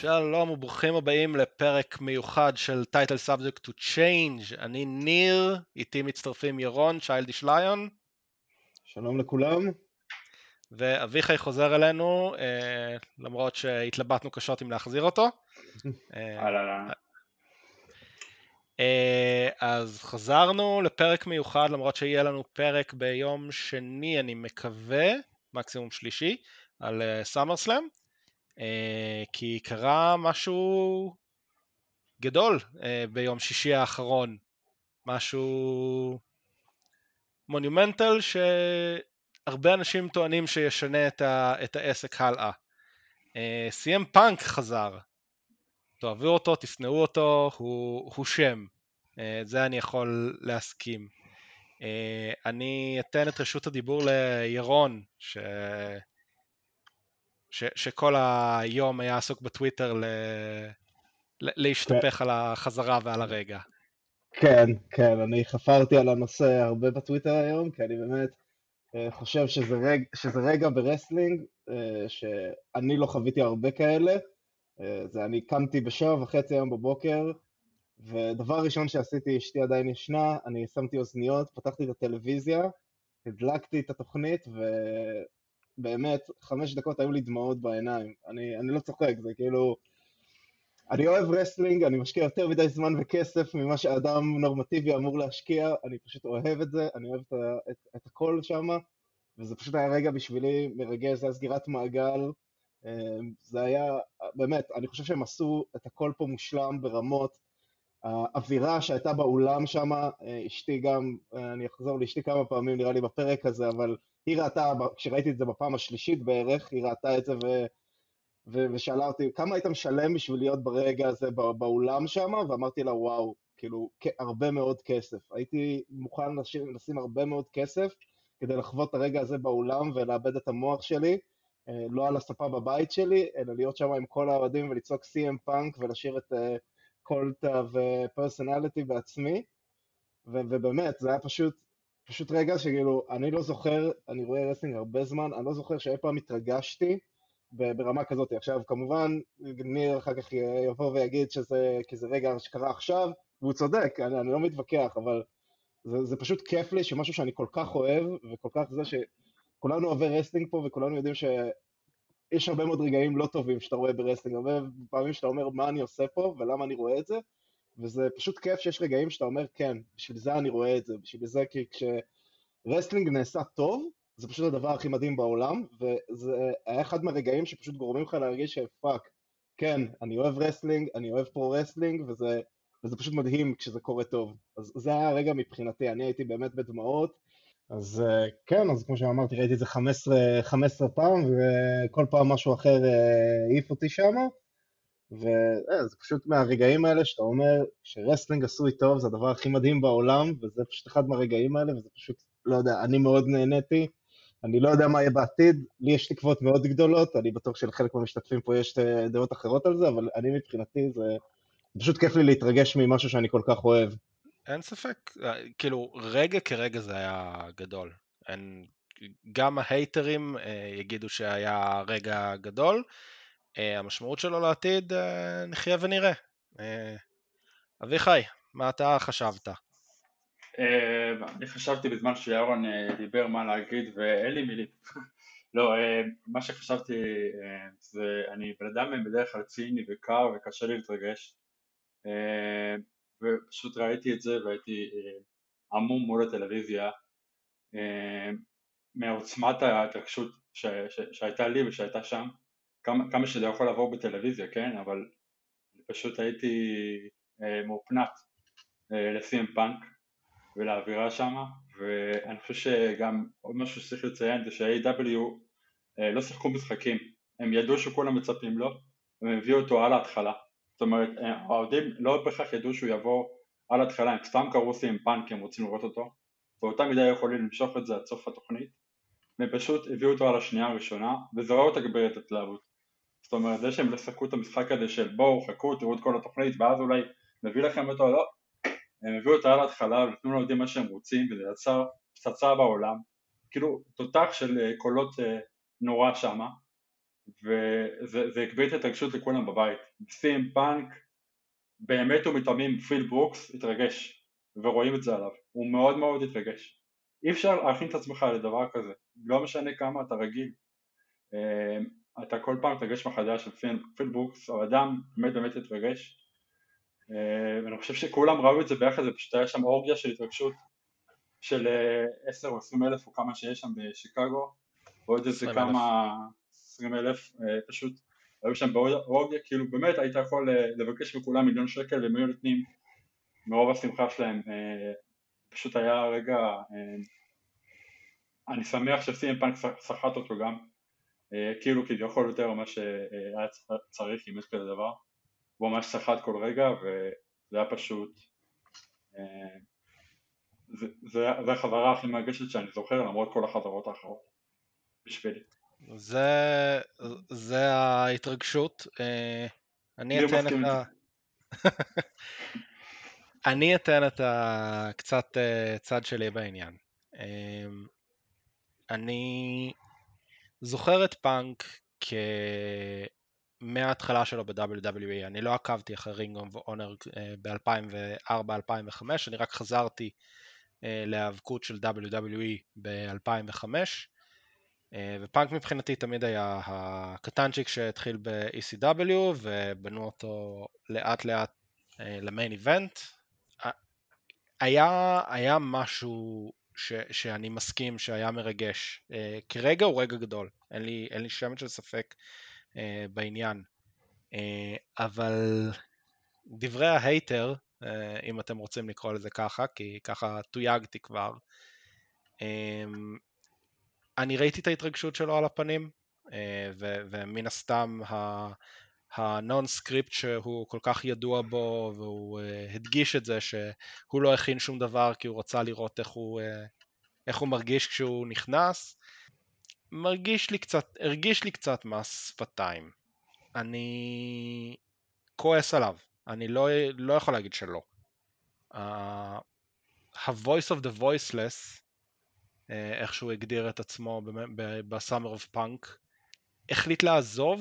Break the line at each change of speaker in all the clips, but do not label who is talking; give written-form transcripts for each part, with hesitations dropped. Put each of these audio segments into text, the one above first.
שלום וברוכים הבאים לפרק מיוחד של Title Subject to Change. אני ניר, איתי מצטרפים ירון, צ'יילדיש ליון.
שלום לכולם.
ואביחי חוזר אלינו, למרות שהתלבטנו קשות אם להחזיר אותו. אז חזרנו לפרק מיוחד, למרות שיהיה לנו פרק ביום שני, אני מקווה, מקסימום שלישי, על SummerSlam. כי קרה משהו גדול ביום שישי האחרון, משהו מונומנטל שהרבה אנשים טוענים שישנה את העסק הלאה. CM פאנק חזר, תאהבו אותו, תשנאו אותו, הוא שם, זה אני יכול להסכים. אני אתן את רשות הדיבור לירון, שכל היום היה עסוק בטוויטר להשתפך על החזרה ועל הרגע.
כן, אני חפרתי על הנושא הרבה בטוויטר היום, כי אני באמת חושב שזה רגע ברסלינג, שאני לא חוויתי הרבה כאלה. אני קמתי ב7:30 היום בבוקר, ודבר ראשון שעשיתי, אשתי עדיין ישנה, אני שמתי אוזניות, פתחתי את הטלוויזיה, הדלקתי את התוכנית, ובאמת 5 דקות היו לי דמעות בעיניים. אני לא צוחק, זה כאילו... אני אוהב רסלינג, אני משקיע יותר מדי זמן וכסף ממה שאדם נורמטיבי אמור להשקיע, אני פשוט אוהב את זה, אני אוהב את הכל שם, וזה פשוט היה רגע בשבילי מרגש, זה היה סגירת מעגל, זה היה, באמת, אני חושב שהם עשו את הכל פה מושלם ברמות, האווירה שהייתה באולם שם, אשתי גם, אני אחזור לאשתי כמה פעמים נראה לי בפרק הזה, אבל היא ראתה, כשראיתי את זה בפעם השלישית בערך, היא ראתה את זה ושאלה אותי, כמה היית משלם בשביל להיות ברגע הזה באולם שם? ואמרתי לה, וואו, כאילו, הרבה מאוד כסף. הייתי מוכן לשים הרבה מאוד כסף כדי לחוות את הרגע הזה באולם ולאבד את המוח שלי, לא על הספה בבית שלי, אלא להיות שם עם כל האוהדים ולצעוק CM פאנק ולשיר את קולטה ופרסונליטי בעצמי, ובאמת, זה היה פשוט רגע שכאילו, אני לא זוכר, אני רואה רסלינג הרבה זמן, אני לא זוכר שאי פעם התרגשתי, ברמה כזאת. עכשיו, כמובן, ניר אחר כך יבוא ויגיד כי זה רגע שקרה עכשיו, והוא צודק, אני לא מתווכח, אבל זה פשוט כיף לי שמשהו שאני כל כך אוהב, וכל כך זה שכולנו אוהבי רסלינג פה, וכולנו יודעים שיש הרבה מאוד רגעים לא טובים שאתה רואה ברסלינג, הרבה פעמים שאתה אומר מה אני עושה פה, ולמה אני רואה את זה, וזה פשוט כיף שיש רגעים שאתה אומר כן, בשביל זה אני רואה את זה, בשביל זה כי כשרסלינג נעשה טוב, זה פשוט הדבר הכי מדהים בעולם, וזה היה אחד מהרגעים שפשוט גורמים לך להרגיש שפאק, כן, אני אוהב רסלינג, אני אוהב פרו-רסלינג, וזה פשוט מדהים כשזה קורה טוב. אז זה היה הרגע מבחינתי, אני הייתי באמת בדמעות, אז כן, אז כמו שאמרתי, ראיתי את זה 15 פעם, וכל פעם משהו אחר העיף אותי שם, וזה פשוט מהרגעים האלה שאתה אומר שרסלינג עשוי טוב, זה הדבר הכי מדהים בעולם, וזה פשוט אחד מהרגעים האלה, וזה פשוט, לא יודע, אני מאוד נהניתי, אני לא יודע מה יהיה בעתיד, לי יש תקוות מאוד גדולות, אני בטוח שלחלק מהמשתתפים פה יש דעות אחרות על זה, אבל אני מבחינתי זה פשוט כיף לי להתרגש ממשהו שאני כל כך אוהב.
אין ספק, כאילו רגע כרגע זה היה גדול, גם ההייטרים יגידו שהיה רגע גדול, המשמעות שלו לעתיד נחיה ונראה. אביחי, מה אתה חשבת?
אני חשבתי בזמן שירון דיבר מה להגיד ואין לי מילים. לא, מה שחשבתי זה, אני בן אדם בדרך כלל ציני וקר וקשה לי להתרגש, ופשוט ראיתי את זה והייתי עמום מול הטלוויזיה מעוצמת ההתרגשות שהייתה לי ושהייתה שם, כמה שזה יכול לעבור בטלוויזיה, כן, אבל פשוט הייתי מאופנת לסים פאנק ולאווירה שמה, ואני חושב שגם עוד משהו שצריך לציין זה שה-AW לא שיחקו משחקים, הם ידעו שכולם מצפים לו, הם הביאו אותו על ההתחלה, זאת אומרת, העובדים לא בהכרח ידעו שהוא יבוא על ההתחלה, הם סתם קראו CM פאנק, הם רוצים לראות אותו, באותה מידה יכולים למשוך את זה עד סוף התוכנית, והם פשוט הביאו אותו על השנייה הראשונה, וזה לא תגבר את התלהבות, זאת אומרת, זה שהם לא שיחקו את המשחק הזה של בואו חכו, תראו את כל התוכנית, ואז אולי נביא לכם אותו, לא, הם הביאו אותה על ההתחלה ונתנו לעובדים מה שהם רוצים, וזה יצר פצצה בעולם, כאילו תותח של קולות נורא שמה, וזה הגביר את ההתרגשות לכולם בבית. סי.אם פאנק באמת ומתאמים, פיל ברוקס התרגש, ורואים את זה עליו, הוא מאוד מאוד התרגש. אי אפשר להכין את עצמך לדבר כזה, לא משנה כמה אתה רגיל, אתה כל פעם תרגש מחדש של פיל ברוקס, האדם באמת התרגש, ואני חושב שכולם ראו את זה ביחד, זה פשוט היה שם אורגיה של התרגשות של 10 או 20 אלף או כמה שיש שם בשיקגו, ועוד איזה
20,000.
כמה 20 אלף, פשוט היו שם באורגיה, כאילו באמת היית יכול לבקש מכולם מיליון שקל והם היו נותנים מרוב השמחה שלהם, פשוט היה רגע, אני שמח שסי.אם פאנק סחט אותו גם, כאילו כביכול יותר ממה שהיה צריך אם יש כזה דבר, הוא ממש סחט כל רגע וזה היה פשוט, זה החברה הכי מרגשת שאני זוכר למרות כל החברות האחרות בשבילי.
זה ההתרגשות. אני אתן את קצת צד שלי בעניין. אני זוכר את פאנק מההתחלה שלו ב-WWE, אני לא עקבתי אחרי Ring of Honor ב-2004-2005, אני רק חזרתי להיאבקות של WWE ב-2005, ופאנק מבחינתי תמיד היה הקטנצ'יק שהתחיל ב-ECW ובנו אותו לאט לאט למיין איבנט. היה משהו שאני מסכים שהיה מרגש, כרגע הוא רגע גדול, אין לי שמץ של ספק בעניין, אבל דברי ההייטר, אם אתם רוצים לקרוא לזה ככה, כי ככה תויגתי כבר, אני ראיתי את ההתרגשות שלו על הפנים, ומן הסתם הנון סקריפט שהוא כל כך ידוע בו, והוא הדגיש את זה שהוא לא הכין שום דבר כי הוא רצה לראות איך הוא מרגיש כשהוא נכנס, הרגיש לי קצת מהשפתיים. אני כועס עליו, אני לא יכול להגיד שלא. ה-voice of the voiceless, איך שהוא הגדיר את עצמו ב-Summer of Punk, החליט לעזוב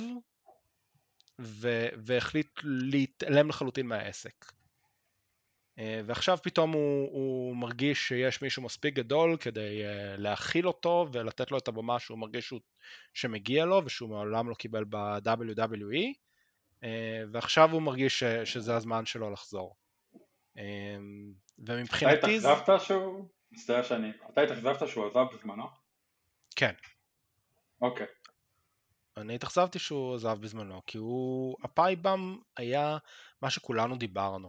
והחליט להתעלם לחלוטין מהעסק. ועכשיו פתאום הוא מרגיש שיש מישהו מספיק גדול כדי להכיל אותו ולתת לו את הבמה שהוא מרגיש שמגיע לו ושהוא מעולם לא קיבל ב-WWE, ועכשיו הוא מרגיש שזה הזמן שלו לחזור. ומבחינתי...
אתה התאכזבת שהוא... אתה התאכזבת שהוא עזב בזמנו?
כן.
אוקיי.
אני התאכזבתי שהוא עזב בזמנו, כי הפייבאם היה מה שכולנו דיברנו.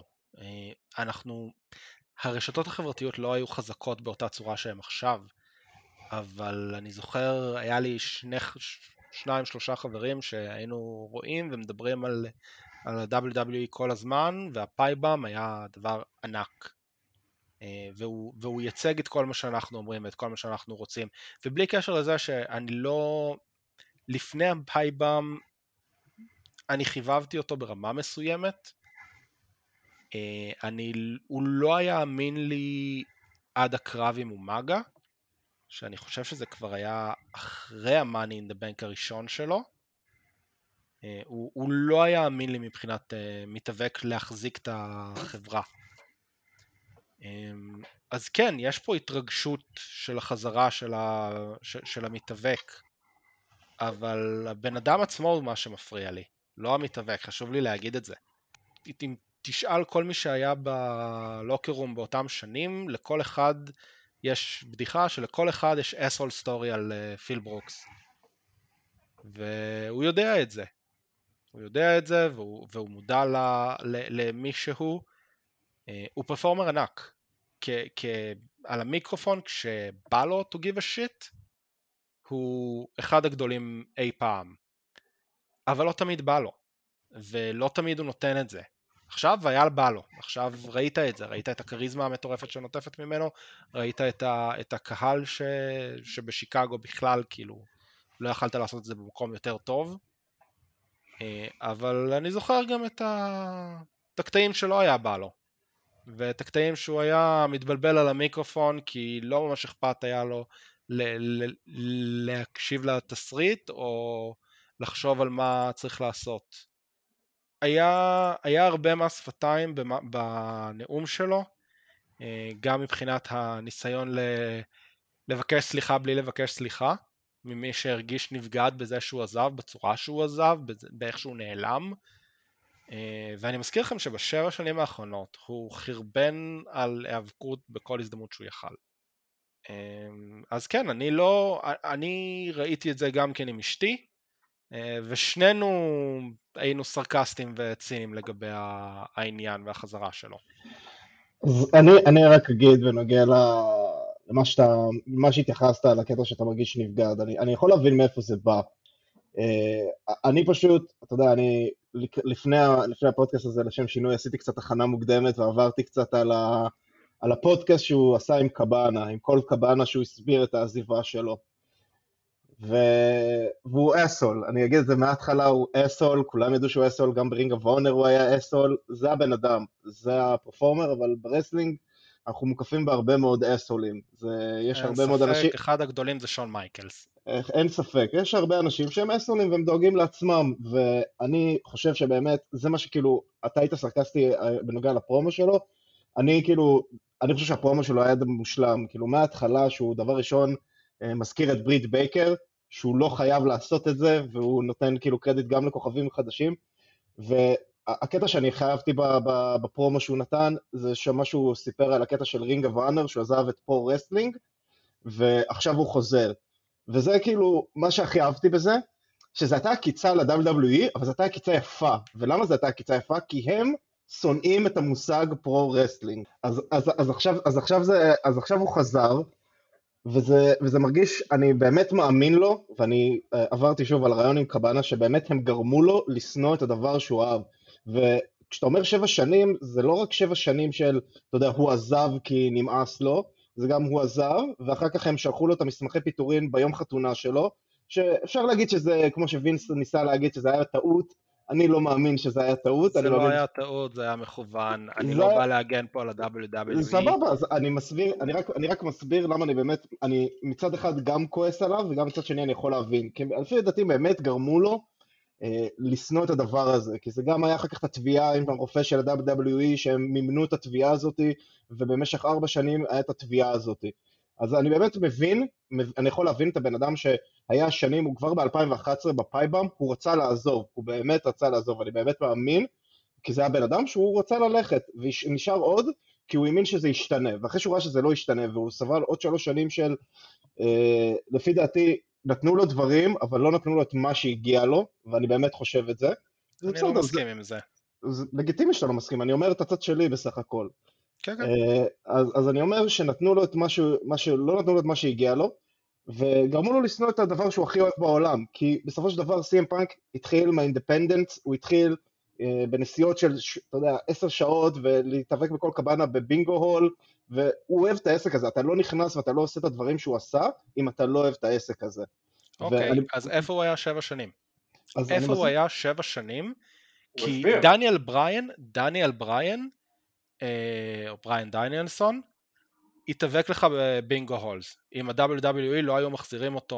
הרשתות החברתיות לא היו חזקות באותה צורה שהן עכשיו, אבל אני זוכר, היה לי 2-3 חברים שהיינו רואים ומדברים על ה-WWE כל הזמן, והפייבאם היה דבר ענק. והוא ייצג את כל מה שאנחנו אומרים ואת כל מה שאנחנו רוצים, ובלי קשר לזה שאני לא... לפני הפייבאם אני חיבבתי אותו ברמה מסוימת, הוא לא היה אמין לי עד הקרב עם אומגה, שאני חושב שזה כבר היה אחרי ה-Money in the Bank הראשון שלו, הוא לא היה אמין לי מבחינת מתאבק להחזיק את החברה. אז כן, יש פה התרגשות של החזרה של המתאבק, אבל הבן אדם עצמו הוא מה שמפריע לי, לא המתאבק, חשוב לי להגיד את זה. אם תשאל כל מי שהיה בלוקרום באותם שנים, לכל אחד יש בדיחה שלכל אחד יש אסול סטורי על פיל ברוקס. והוא יודע את זה. הוא יודע את זה והוא מודע למישהו. הוא פרפורמר ענק. על המיקרופון כשבא לו to give a shit, הוא אחד הגדולים אי פעם. אבל לא תמיד בא לו. ולא תמיד הוא נותן את זה. עכשיו היה בא לו, עכשיו ראית את זה, ראית את הקריזמה המטורפת שנוטפת ממנו, ראית את הקהל שבשיקגו בכלל, כאילו, לא יכלת לעשות את זה במקום יותר טוב, אבל אני זוכר גם את הקטעים שלא היה בא לו, ואת הקטעים שהוא היה מתבלבל על המיקרופון, כי לא ממש אכפת היה לו להקשיב לתסריט, או לחשוב על מה צריך לעשות. היה הרבה מהשפתיים בנאום שלו, גם מבחינת הניסיון לבקש סליחה בלי לבקש סליחה, ממי שהרגיש נפגד בזה שהוא עזב, בצורה שהוא עזב, באיך שהוא נעלם. ואני מזכיר לכם שבשבע שנים האחרונות הוא חרבן על היאבקות בכל הזדמנות שהוא יכל. אז כן, אני ראיתי את זה גם כן עם אשתי, ושנינו היינו סרקסטים וציניים לגבי העניין והחזרה שלו.
אז אני רק אגיד בנוגע למה שהתייחסת על הקטע שאתה מרגיש נבגד, אני יכול להבין מאיפה זה בא. אני פשוט, אתה יודע, לפני הפודקאסט הזה לשם שינוי עשיתי קצת הכנה מוקדמת ועברתי קצת על הפודקאסט שהוא עשה עם קבאנה, עם כל קבאנה שהוא הסביר את העזיבה שלו. והוא אסול, אני אגיד את זה מההתחלה, הוא אסול, כולם ידעו שהוא אסול, גם ברינג אוף אונר הוא היה אסול, זה הבן אדם, זה הפרפורמר, אבל ברסלינג אנחנו מוקפים בהרבה מאוד אסולים, יש הרבה מאוד אנשים...
אין ספק, אחד הגדולים זה שון מייקלס.
אין ספק, יש הרבה אנשים שהם אסולים והם דואגים לעצמם, ואני חושב שבאמת, זה מה שכאילו, אתה היית סרקסטי בנוגע לפרומו שלו, אני חושב שהפרומו שלו היה מושלם, כאילו מההתחלה שהוא דבר ראשון, מזכיר את ברית בייקר, שהוא לא חייב לעשות את זה, והוא נותן כאילו קרדיט גם לכוכבים חדשים, והקטע שאני חייבתי בפרומו שהוא נתן, זה שמה שהוא סיפר על הקטע של רינג אוף אונר, שהוא עזב את פרו רסלינג, ועכשיו הוא חוזר. וזה כאילו, מה שהכי אהבתי בזה, שזה הייתה עקיצה ל-WWE, אבל זו הייתה עקיצה יפה. ולמה זו הייתה עקיצה יפה? כי הם שונאים את המושג פרו רסלינג. אז עכשיו הוא חזר, וזה מרגיש, אני באמת מאמין לו, ואני עברתי שוב על הרעיון עם קבאנה, שבאמת הם גרמו לו לשנוא את הדבר שהוא אהב. וכשאתה אומר 7 שנים, זה לא רק 7 שנים של, אתה יודע, הוא עזב כי נמאס לו, זה גם הוא עזב, ואחר כך הם שלחו לו את המסמכי פיטורין ביום חתונה שלו, שאפשר להגיד שזה, כמו שווינס ניסה להגיד, שזה היה טעות, אני לא מאמין שזה היה טעות.
זה לא היה טעות, זה היה מכוון, אני לא בא להגן פה על ה-WWE.
סבבה, אז אני רק מסביר למה אני באמת, אני מצד אחד גם כועס עליו, וגם מצד שני אני יכול להבין, כי אלפי לדעתי באמת גרמו לו לשנוא את הדבר הזה, כי זה גם היה אחר כך את התביעה עם הרופא של ה-WWE, שהם מימנו את התביעה הזאת, ובמשך 4 שנים היה את התביעה הזאת. אז אני באמת מבין, אני יכול להבין את הבן אדם שהיה שנים, הוא כבר ב-2011 בפייבאם, הוא רצה לעזוב, הוא באמת רצה לעזוב, אני באמת מאמין, כי זה היה בן אדם שהוא רצה ללכת, ונשאר עוד, כי הוא האמין שזה ישתנה, ואחרי שהוא ראה שזה לא ישתנה, והוא סבל עוד 3 שנים של, לפי דעתי, נתנו לו דברים, אבל לא נתנו לו את מה שהגיע לו, ואני באמת חושב את זה.
אני לא מסכים עם זה.
זה לגיטימי שאתה לא מסכים, אני אומר את הצד שלי בסך הכל.
כן, כן.
אז אני אומר שנתנו לו את לא נתנו לו את מה שהגיע לו, וגרמו לו לשנוא את הדבר שהוא הכי אוהב בעולם, כי בסופו של דבר CM Punk התחיל מהאינדפנדנט, הוא התחיל בנסיעות של, אתה יודע, 10 שעות, ולהתאבק בכל קבאנה בבינגו הול, והוא אוהב את העסק הזה, אתה לא נכנס ואתה לא עושה את הדברים שהוא עשה, אם אתה לא אוהב את העסק הזה.
אוקיי, אז איפה הוא היה 7 שנים? איפה הוא היה 7 שנים? כי דניאל בריין, או בריין דניאלסון, התאבק לך בבינגו הולס. אם ה-WWE לא היו מחזירים אותו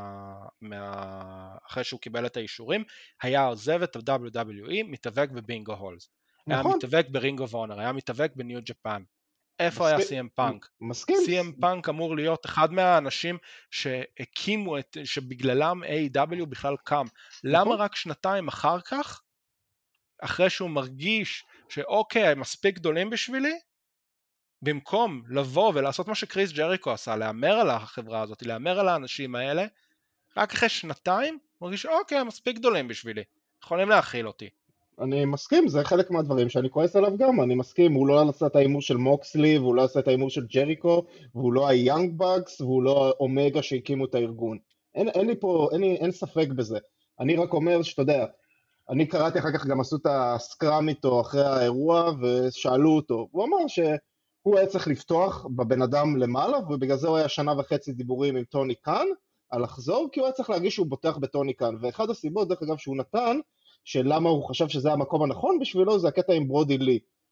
אחרי שהוא קיבל את האישורים, היה עוזב את ה-WWE, מתאבק בבינגו הולס. היה מתאבק ברינג אוף אונר, היה מתאבק בניו ג'פן. איפה היה CM פאנק? CM פאנק אמור להיות אחד מהאנשים שהקימו, שבגללם AEW בכלל קם. למה רק 2 אחר כך, אחרי שהוא מרגיש שאוקיי, הם מספיק גדולים בשבילי, במקום לבוא ולעשות מה שקריס ג'ריקו עשה, להאמר על החברה הזאת, להאמר על האנשים האלה, רק אחרי 2 מרגיש אוקיי, הם מספיק גדולים בשבילי, יכולים להכיל אותי.
אני מסכים, זה חלק מהדברים שאני כועס עליו גם, אני מסכים, הוא לא עשה את האימור של מוקסלי, והוא לא עשה את האימור של ג'ריקו, והוא לא היאנג בגס, והוא לא אומגה שהקימו את הארגון. אין ספק בזה. אני רק אומר שאתה יודע, אני קראתי אחר כך גם עשו את הסקראם איתו אחרי האירוע, ושאלו אותו, הוא אמר שהוא היה צריך לפתוח בבן אדם למעלה, ובגלל זה הוא היה 1.5 שנה דיבורים עם טוני קאן, על לחזור, כי הוא היה צריך להרגיש שהוא בוטח בטוני קאן, ואחד הסיבות, דרך אגב, שהוא נתן, שלמה הוא חשב שזה המקום הנכון בשבילו, זה הקטע עם ברודי לי,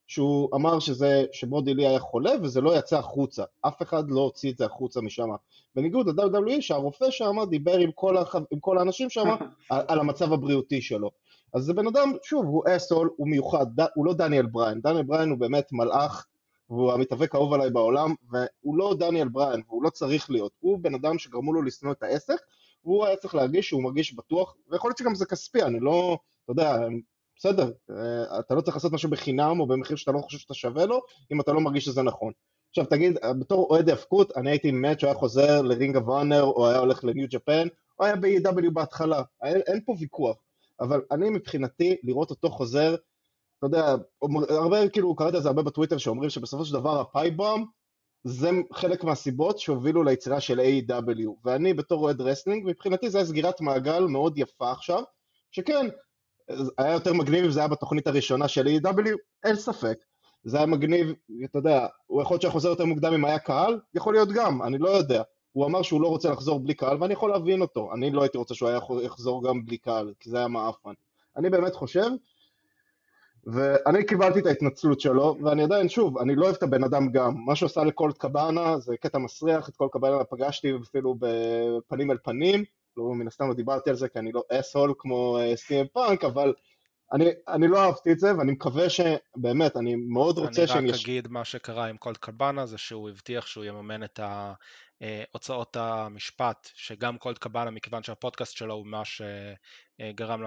שהוא אמר שברודי לי היה חולה וזה לא יצא החוצה, אף אחד לא הוציא את זה החוצה משם, בניגוד ל-WWE שהרופא שם דיבר עם כל האנשים שם על המצב הבריאותי שלו. אז זה בן אדם, שוב, הוא אסול, הוא מיוחד, הוא לא דניאל בריין, דניאל בריין הוא באמת מלאך, והוא המתאבק האהוב עליי בעולם, והוא לא דניאל בריין, והוא לא צריך להיות, הוא בן אדם שגרמו לו לשנוא את העסק, והוא היה צריך להרגיש שהוא מרגיש בטוח, ויכול להיות שגם זה כספי, אני לא, אתה יודע, בסדר, אתה לא צריך לעשות משהו בחינם, או במחיר שאתה לא חושב שאתה שווה לו, אם אתה לא מרגיש שזה נכון. עכשיו תגיד, בתור אוהד ההפקות, אני הייתי מת שהוא היה חוזר לרינג אוף אונר, או היה הולך לניו ג'פן, או היה ב-AEW בהתחלה, אין פה ויכוח. אבל אני מבחינתי, לראות אותו חוזר, אתה יודע, הרבה, כאילו, קראתי על זה הרבה בטוויטר, שאומרים שבסופו של דבר הפייבום, זה חלק מהסיבות שהובילו ליצירה של AEW, ואני בתור אוהד רסלינג, מבחינתי זה היה סגירת מעגל מאוד יפה עכשיו, שכן, היה יותר מגניב אם זה היה בתוכנית הראשונה של AEW, אין ספק, זה היה מגניב, אתה יודע, הוא יכול להיות שהחוזר יותר מוקדם אם היה קהל, יכול להיות גם, אני לא יודע, הוא אמר שהוא לא רוצה לחזור בלי קהל, ואני יכול להבין אותו, אני לא הייתי רוצה שהוא היה יחזור גם בלי קהל, כי זה היה מאפן, אני באמת חושב, ואני קיבלתי את ההתנצלות שלו, ואני עדיין, שוב, אני לא אוהב את הבן אדם גם, מה שהוא עשה לקולט קבאנה, זה קטע מסריח, את קולט קבאנה פגשתי אפילו בפנים אל פנים, לא, מן הסתם לא דיברתי על זה, כי אני לא אסהול כמו סי.אם פאנק, אבל אני לא אהבתי את זה, ואני מקווה שבאמת, אני מאוד רוצה שהם
אני רק אגיד מה שקרה עם קולט קבאנה, זה שהוא הבטיח שהוא יממן את הוצאות המשפט, שגם קולט קבאנה, מכיוון שהפודקאסט שלו הוא מה שגרם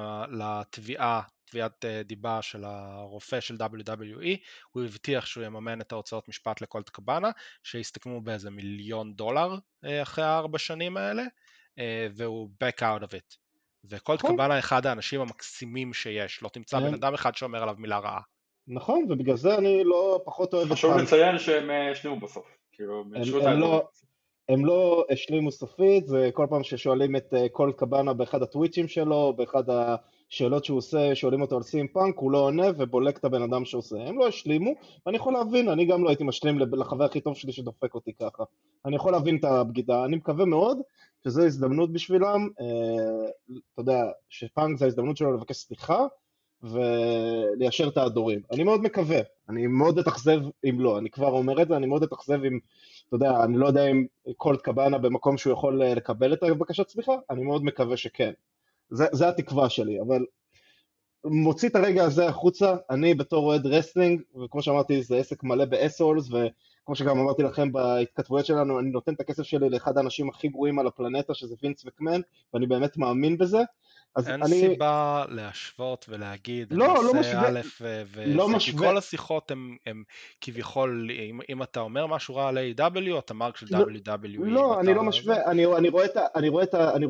תביעת דיבה של הרופא של WWE, הוא הבטיח שהוא יממן את ההוצאות משפט לקולט קבאנה, שהסתכמו באיזה $1,000,000 אחרי 4 שנים האלה, והוא back out of it. וקולט קבאנה אחד האנשים המקסימים שיש, לא תמצא בן אדם אחד שאומר עליו מילה רעה.
נכון, ובגלל זה אני לא פחות אוהב את
חשוב לציין שהם השלימו בסוף, כאילו,
הם לא השלימו סופית, זה כל פעם ששואלים את קולט קבאנה באחד הטוויצ'ים שלו, באחד השאלות שהוא עושה, שואלים אותו על סי.אם פאנק, הוא לא עונה ובולק את הבן אדם שעושה, הם לא השלימו, ואני יכול להבין, אני גם לא הייתי משלים לחבר הכי טוב שלי שדופק אותי ככה, אני יכול להבין את הבגידה, אני מקווה מאוד שזו הזדמנות בשבילם, אתה יודע, שפאנק זה ההזדמנות שלו לבקש סליחה, וליישר את ההדורים. אני מאוד מקווה, אני מאוד אתאכזב אם לא, אני כבר אומר את זה, אני מאוד אתאכזב אם, אתה יודע, אני לא יודע אם קולט קבאנה במקום שהוא יכול לקבל את הבקשת סליחה, אני מאוד מקווה שכן. זה התקווה שלי, אבל מוציא את הרגע הזה החוצה, אני בתור אוהד רסלינג, וכמו שאמרתי, זה עסק מלא באסולס, וכמו שגם אמרתי לכם בהתכתבויות שלנו, אני נותן את הכסף שלי לאחד האנשים הכי גרועים על הפלנטה, שזה וינס מקמן, ואני באמת מאמין בזה.
אין סיבה להשוות ולהגיד,
לא משווה,
לא משווה, כי כל השיחות הם כביכול, אם אתה אומר משהו רע על A.W, אתה מרק של WWE.
לא, אני לא משווה, אני רואה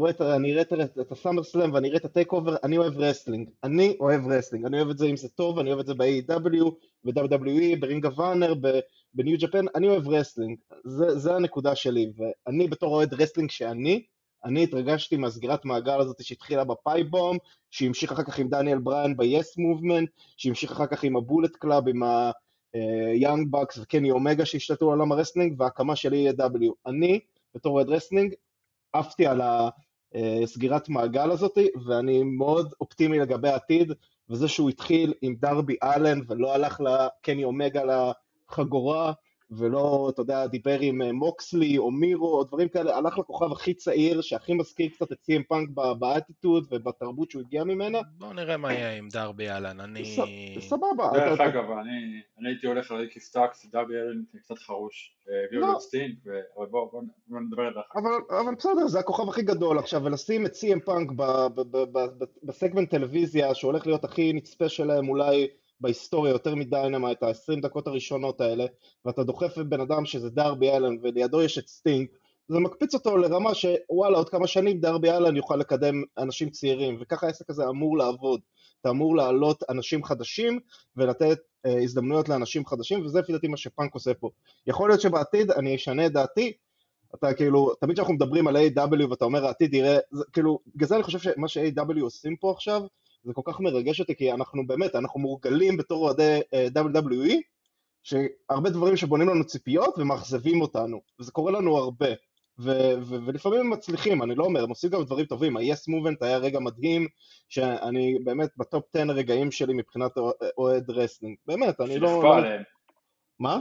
את הסאמר סלאם ואני רואה את הטייק אובר, אני אוהב רסלינג, אני אוהב את זה אם זה טוב, אני אוהב את זה ב-A.W, ב-WWE, ברינג אוף אונר, בניו ג'פן, אני אוהב רסלינג, זה הנקודה שלי, ואני בתור אוהד רסלינג אני התרגשתי מהסגירת מעגל הזאת שהתחילה בפייבום, שהמשיך אחר כך עם דניאל בריין ב-Yes Movement, שהמשיך אחר כך עם הבולט קלאב, עם ה-Young Bucks וקני אומגה שהשתתו על עולם הרסלינג, וההקמה של AEW. אני, בתור אוהד רסלינג, עפתי על הסגירת מעגל הזאת, ואני מאוד אופטימי לגבי העתיד, וזה שהוא התחיל עם דרבי אלן, ולא הלך לקני אומגה לחגורה, ולא, אתה יודע, דיבר עם מוקסלי או מירו או דברים כאלה, הלך לכוכב הכי צעיר, שהכי מזכיר קצת את סי.אם פאנק באטיטוד ובתרבות שהוא הגיע ממנה.
בוא נראה מה יהיה עם דרבי אלן,
סבבה.
דרך אגב, אני הייתי הולך לריקי סטאקס, דרבי אלן קצת חרוש, הביאו לו את סטינג, אבל בוא נדבר על זה.
אבל בסדר, זה הכוכב הכי גדול עכשיו, ולשים את סי.אם פאנק בסגמנט טלוויזיה, שהולך להיות הכי נצפה שלהם אולי, בהיסטוריה יותר מדיינמייט, ה-20 דקות הראשונות האלה, ואתה דוחף בן אדם שזה דרבי אלן, ולידו יש את סטינג, זה מקפיץ אותו לרמה שוואלה, עוד כמה שנים דרבי אלן יוכל לקדם אנשים צעירים, וככה העסק הזה אמור לעבוד, אתה אמור לעלות אנשים חדשים, ולתת הזדמנויות לאנשים חדשים, וזה לפי דעתי מה שפאנק עושה פה. יכול להיות שבעתיד אני אשנה את דעתי, אתה כאילו, תמיד שאנחנו מדברים על A.W. ואתה אומר העתיד יראה, כאילו, בגלל זה אני חושב שמה ש-A.W. עושים פה עכשיו, זה כל כך מרגש אותי, כי אנחנו באמת, אנחנו מורגלים בתור אוהדי WWE, שהרבה דברים שבונים לנו ציפיות ומאכזבים אותנו, וזה קורה לנו הרבה. ולפעמים הם מצליחים, אני לא אומר, הם עושים גם דברים טובים, ה-Yes Movement היה רגע מדהים, שאני באמת בטופ 10 רגעים שלי מבחינת אוהד רסלינג, באמת, אני
שנכפה
לא...
עליהם,
מה?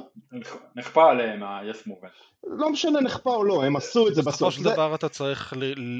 נכפה עליהם ה-Yes Movement.
לא משנה נכפה או לא, הם עשו את זה
בסופו
בסוף.
של דבר אתה צריך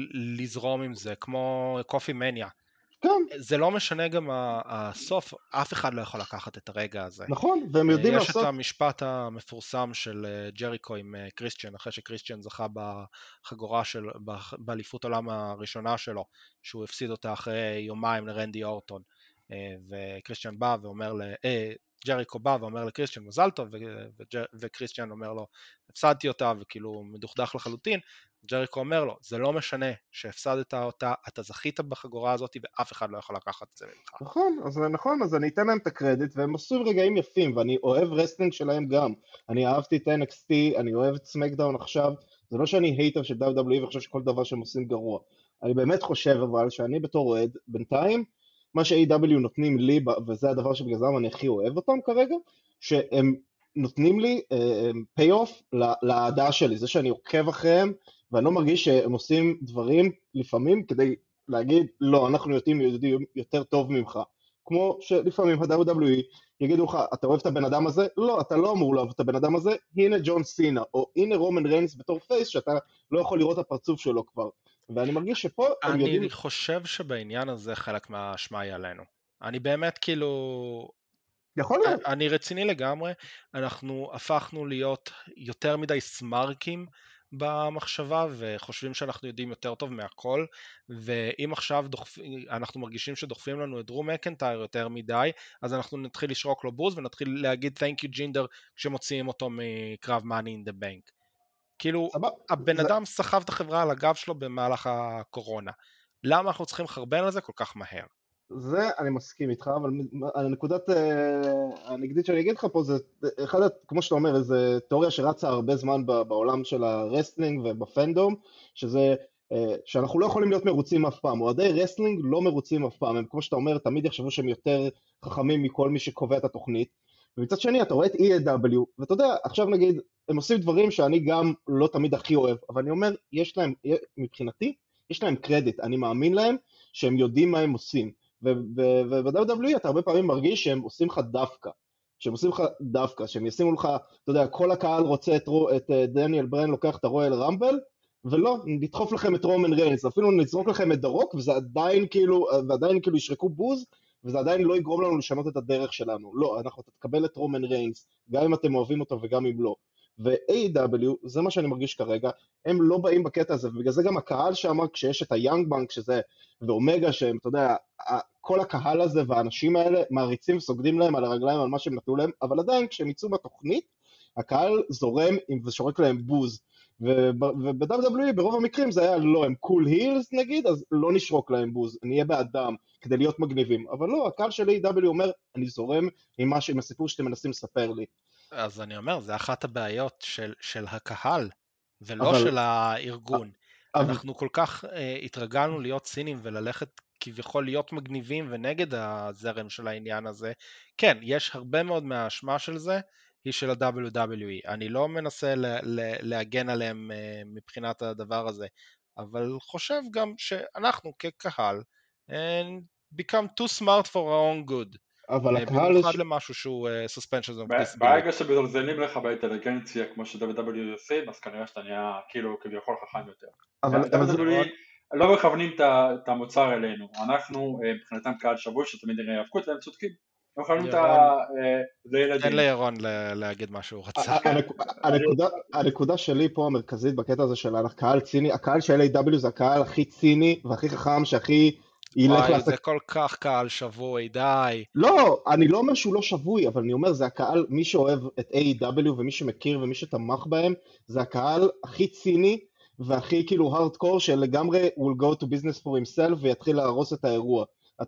לזרום עם זה, כמו קופי מניה.
כן,
זה לא משנה גם הסוף, אף אחד לא יכול לקחת את הרגע הזה.
נכון, והם יודעים
יש את
לעשות...
המשפט המפורסם של ג'ריקו עם קריסטיאן, אחרי שקריסטיאן זכה בחגורה של, באליפות עולם הראשונה שלו, שהוא הפסיד אותה אחרי יומיים לרנדי אורטון, וקריסטיאן בא ואומר, ג'ריקו בא ואומר לקריסטיאן מזל טוב, וקריסטיאן אומר לו, הפסדתי אותה וכאילו מדוכדך לחלוטין, ג'ריקו אומר לו, זה לא משנה שהפסדת אותה, אתה זכית בחגורה הזאת ואף אחד לא יכול לקחת את זה ממך.
נכון, אז אני אתן להם את הקרדיט, והם עשו רגעים יפים, ואני אוהב רסלינג שלהם גם. אני אהבתי את NXT, אני אוהב את סמקדאון עכשיו, זה לא שאני הייטר של WWE וחושב שכל דבר שהם עושים גרוע. אני באמת חושב אבל שאני בתור אוהד, בינתיים, מה ש-AW נותנים לי, וזה הדבר שבגלל זה אני הכי אוהב אותם כרגע, שהם נותנים לי פי-אוף להעדה שלי, זה שאני עוקב אחריהם, ואני לא מרגיש שהם עושים דברים לפעמים כדי להגיד, לא, אנחנו יודעים יותר טוב ממך. כמו שלפעמים ה-WWE יגידו לך, אתה אוהב את הבן אדם הזה? לא, אתה לא אמור לאהוב את הבן אדם הזה, הנה ג'ון סינה, או הנה רומן ריינס בתור פייס, שאתה לא יכול לראות את הפרצוף שלו כבר. ואני מרגיש שפה הם יודעים...
אני חושב שבעניין הזה חלק מהאשמה היא עלינו. אני באמת כאילו...
יכול להיות.
אני רציני לגמרי, אנחנו הפכנו להיות יותר מדי סמרקים במחשבה וחושבים שאנחנו יודעים יותר טוב מהכל, ואם עכשיו אנחנו מרגישים שדוחפים לנו את דרו מקנטייר יותר מדי, אז אנחנו נתחיל לשרוק לו בוז ונתחיל להגיד thank you ג'ינדר כשמוציאים אותו מקרב money in the bank. כאילו הבן אדם סחב את החברה על הגב שלו במהלך הקורונה, למה אנחנו צריכים לחרבן על זה כל כך מהר?
זה אני מסכים איתך, אבל הנקודת הנגדית שאני אגיד לך פה זה, כמו שאתה אומר, איזו תיאוריה שרצה הרבה זמן בעולם של הרסלינג ובפנדום, שזה שאנחנו לא יכולים להיות מרוצים אף פעם, אוהדי רסלינג לא מרוצים אף פעם, הם כמו שאתה אומר, תמיד יחשבו שהם יותר חכמים מכל מי שקובע את התוכנית, ומצד שני אתה רואה את EAW, ואתה יודע, עכשיו נגיד, הם עושים דברים שאני גם לא תמיד הכי אוהב, אבל אני אומר, יש להם, מבחינתי, יש להם קרדיט, אני מאמין להם שהם יודעים מה הם עושים, וב-WWE אתה הרבה פעמים מרגיש שהם עושים לך דווקא, שהם ישימו לך, אתה יודע, כל הקהל רוצה את דניאל בריין לוקח את הרויאל רמבל, ולא, נדחוף לכם את רומן ריינס, אפילו נזרוק לכם את דרוק, וזה עדיין כאילו ישרקו בוז, וזה עדיין לא יגרום לנו לשנות את הדרך שלנו. לא, אנחנו תקבל את רומן ריינס, גם אם אתם אוהבים אותו וגם אם לא. ו-AW, זה מה שאני מרגיש כרגע, הם לא באים בקטע הזה, ובגלל זה גם הקהל שם, כשיש את היאנג בנק, שזה, ואומגה שהם, אתה יודע, כל הקהל הזה והאנשים האלה מעריצים וסוגדים להם על הרגליים על מה שהם נתנו להם, אבל עדיין כשהם יצאו בתוכנית, הקהל זורם ושורק להם בוז. וב-WWE ברוב המקרים זה היה לא, הם קול הירס נגיד, אז לא נשרוק להם בוז, נהיה באדם כדי להיות מגניבים, אבל לא, הקהל של AW אומר, אני זורם עם הסיפור שאתם מנסים לספר לי.
אז אני אומר, זה אחת הבעיות של הקהל, ולא של הארגון. אנחנו כל כך התרגלנו להיות סינים וללכת כביכול להיות מגניבים ונגד הזרם של העניין הזה. כן, יש הרבה מאוד מהאשמה של זה, היא של ה-WWE. אני לא מנסה להגן עליהם מבחינת הדבר הזה, אבל חושב גם שאנחנו כקהל become too smart for our own good.
אבל הקהל...
במיוחד למשהו שהוא suspension of disbelief.
ברגע שמזלזלים לך באינטליגנציה כמו ש-WWE עושים, אז כנראה שאתה נהיה כאילו כביכול חכם יותר. WWE לא מכוונים את המוצר אלינו, אנחנו מבחינתם קהל שבוי שתמיד נראה האבקות והם צודקים. לא מכוונים את הילדים.
תן לירון להגיד מה שהוא רצה.
הנקודה שלי פה המרכזית בקטע הזה של הקהל ציני, הקהל של AW זה הקהל הכי ציני והכי חכם שהכי...
וואי, זה כל כך קהל שבוי, די.
לא, אני לא אומר שהוא לא שבוי, אבל אני אומר, זה הקהל, מי שאוהב את AEW ומי שמכיר ומי שתמך בהם, זה הקהל הכי ציני והכי כאילו הארדקור שלגמרי will go to business for himself ויתחיל להרוס את האירוע.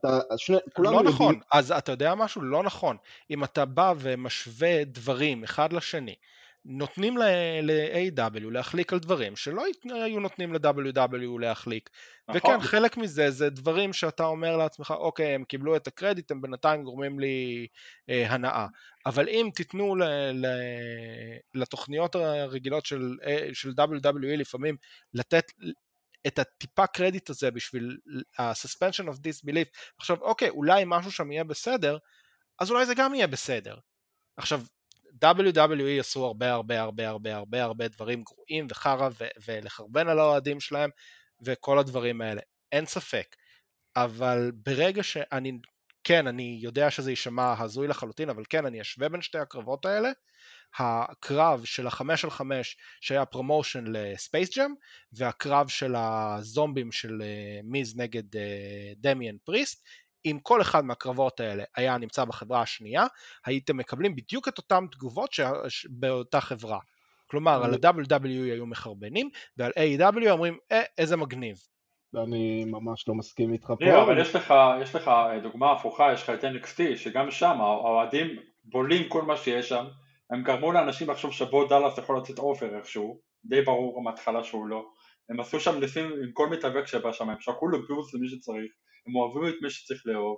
לא נכון, אז אתה יודע משהו? לא נכון. אם אתה בא ומשווה דברים אחד לשני, נותנים ל-AW להחליק על דברים שלא היו נותנים ל-WW להחליק. וכן, חלק מזה זה דברים שאתה אומר לעצמך, אוקיי, הם קיבלו את הקרדיט, הם בינתיים גורמים לי הנאה. אבל אם תיתנו לתוכניות הרגילות של WWE לפעמים לתת את הטיפה קרדיט הזה בשביל ה-suspension of disbelief, עכשיו, אוקיי, אולי משהו שם יהיה בסדר, אז אולי זה גם יהיה בסדר. עכשיו, WWE עשו הרבה דברים גרועים וחרא ולחרבן על האוהדים שלהם וכל הדברים האלה, אין ספק. אבל ברגע שאני, כן, אני יודע שזה יישמע הזוי לחלוטין, אבל כן, אני אשווה בין שתי הקרבות האלה, הקרב של ה5 על 5 שהיה פרומושן לספייס ג'ם, והקרב של הזומבים של מיז נגד דמיאן פריסט, אם כל אחד מהקרבות האלה היה נמצא בחברה השנייה, הייתם מקבלים בדיוק את אותם תגובות באותה חברה. כלומר, על ה-WWE היו מחרבנים, ועל AEW אומרים, איזה מגניב.
אני ממש לא מסכים איתך
לא,
פה.
אבל יש לך דוגמה הפוכה, יש לך את NXT, שגם שם האוהדים בולים כל מה שיש שם, הם גרמו לאנשים לחשוב שבו דאלאס יכול לצאת אופר איכשהו, די ברור מההתחלה שהוא לא, הם עשו שם ניסים עם כל מתאבק שבא שם, הם שקעו לו ביוס למי שצריך, הם אוהבים את מי שצריך לאהוב,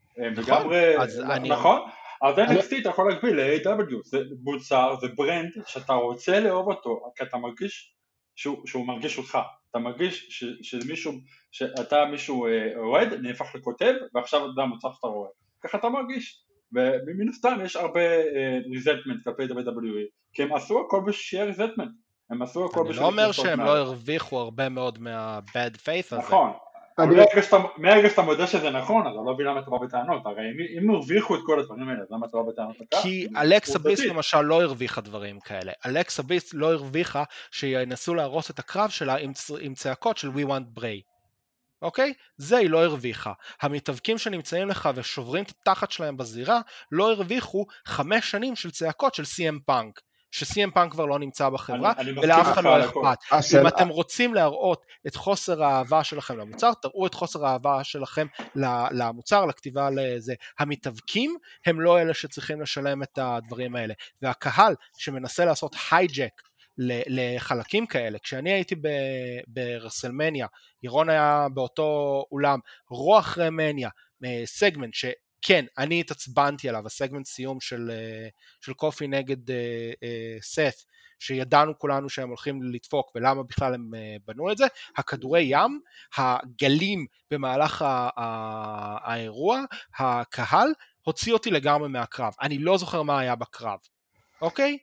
נכון? אז NXT אתה יכול להגביל ל-AW, זה מוצר, זה ברנד שאתה רוצה לאהוב אותו, כי אתה מרגיש שהוא מרגיש אותך, אתה מרגיש שאתה מישהו אוהד, נהפך לכותב, ועכשיו זה המוצר שאתה רואה, ככה אתה מרגיש, ומן הסתם יש הרבה ריזנטמנט כלפי WWE, כי הם עשו הכל בשיהיה ריזנטמנט, הם עשו הכל
אני לא אומר שהם לא הרוויחו הרבה מאוד מה-bad faith הזה.
נכון, מהרגע שאתה מודה שזה נכון, אז אני לא מבין למה אתה בא בטענות, הרי אם הרוויחו את כל הדברים האלה, אז למה אתה בא בטענות לכך?
כי אלכסה בליס למשל לא הרוויחה דברים כאלה, אלכסה בליס לא הרוויחה שינסו להרוס את הקרב שלה עם צעקות של We want Bray, אוקיי? זה היא לא הרוויחה. המתאבקים שנמצאים לך ושוברים את התחת שלהם בזירה, לא הרוויחו 5 שנים של צעקות של CM פאנק. ש-CM פאנק כבר לא נמצא בחברה, ולאף אחד לא אכפת. אם אתם רוצים להראות את חוסר האהבה שלכם למוצר, תראו את חוסר האהבה שלכם למוצר, לכתיבה לזה. המתאבקים הם לא אלה שצריכים לשלם את הדברים האלה. והקהל שמנסה לעשות הייג'ק לחלקים כאלה, כשאני הייתי ברסלמניה, ירון היה באותו אולם, רוח רמניה, סגמנט כן, אני התעצבנתי עליו, הסגמנט סיום של קופי נגד סף, שידענו כולנו שהם הולכים לדפוק, ולמה בכלל הם בנו את זה, הכדורי ים, הגלים במהלך האירוע, הקהל, הוציא אותי לגמרי מהקרב, אני לא זוכר מה היה בקרב, אוקיי?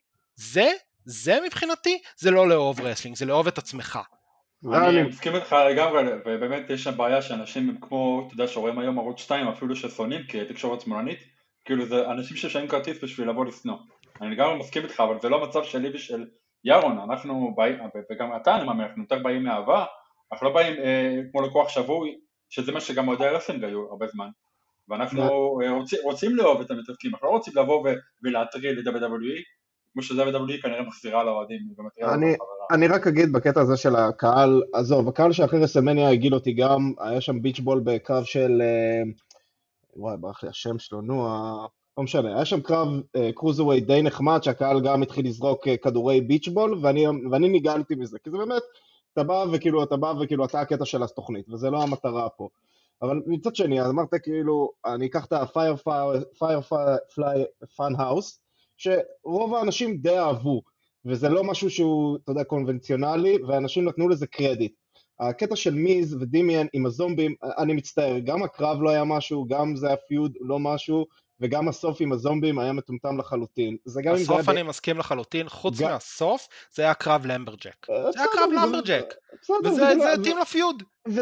זה מבחינתי, זה לא לאהוב רסלינג, זה לאהוב את עצמך.
אני מסכים איתך לגמרי, ובאמת יש שם בעיה שאנשים כמו, אתה יודע, שרואים היום ערוץ 2 אפילו ששונאים כתקשורת שמאלנית, כאילו זה אנשים ששאים כרטיס בשביל לבוא לשנוא. אני לגמרי מסכים איתך, אבל זה לא מצב שלי ושל ירון, אנחנו באים, וגם אתה אני מאמין, אנחנו יותר באים מאהבה, אנחנו לא באים כמו לקוח שבוי, שזה מה שגם אוהדי הרסלינג היו הרבה זמן, ואנחנו רוצים לאהוב את המתאבקים, אנחנו לא רוצים לבוא ולהטריל את ה-WWE, כמו ש-WWE כנראה מחזירה לאוהדים.
אני רק אגיד בקטע הזה של הקהל, עזוב, הקהל שאחרי רסלמניה הגיל אותי גם, היה שם ביץ' בול בקרב של, וואי, ברח לי השם שלו, לא משנה, היה שם קרב קרוזווייט די נחמד, שהקהל גם התחיל לזרוק כדורי ביץ' בול, ואני ניגלתי מזה, כי זה באמת, אתה בא וכאילו אתה הקטע של התוכנית, וזה לא המטרה פה. אבל מצד שני, אז אמרת כאילו, אני אקח את ה-Firefly Fun House, שרוב האנשים די אהבו, וזה לא משהו שהוא, אתה יודע, קונבנציונלי, ואנשים נתנו לזה קרדיט. הקטע של מיז ודימיאן עם הזומבים, אני מצטער, גם הקרב לא היה משהו, גם זה הפיוד לא משהו, וגם הסוף עם הזומבים היה מטומטם לחלוטין.
הסוף אני מסכים לחלוטין, חוץ מהסוף, זה היה קרב למברג'ק. זה היה קרב למברג'ק, וזה התאים לפיוד.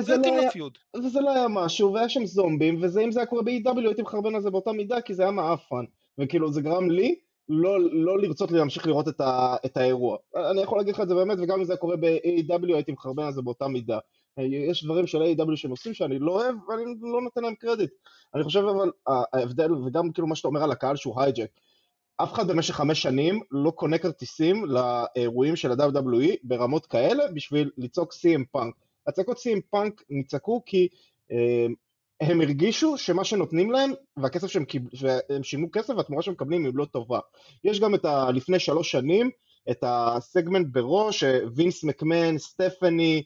וזה לא היה משהו, והיה שם זומבים, ואם זה היה קורה ב-AW, הייתי מחרבן על זה באותה מידה, כי זה היה מאפן. וכאילו זה גרם לי לא לרצות להמשיך לראות את האירוע. אני יכול להגיד לך את זה באמת, וגם אם זה קורה ב-AW הייתי מחרבן על זה באותה מידה. יש דברים של AW שהם עושים שאני לא אוהב, ואני לא נותן להם קרדיט. אני חושב אבל ההבדל, וגם כאילו מה שאתה אומר על הקהל שהוא הייג'ק, אף אחד במשך 5 שנים לא קונה כרטיסים לאירועים של ה-WWE ברמות כאלה, בשביל לצעוק CM פאנק. הצעקות CM פאנק נצעקו כי הם הרגישו שמה שנותנים להם, והכסף שהם שילמו כסף, והתמורה שהם מקבלים היא לא טובה. יש גם את לפני 3 שנים, את הסגמנט בראש, וינס מקמן, סטפני,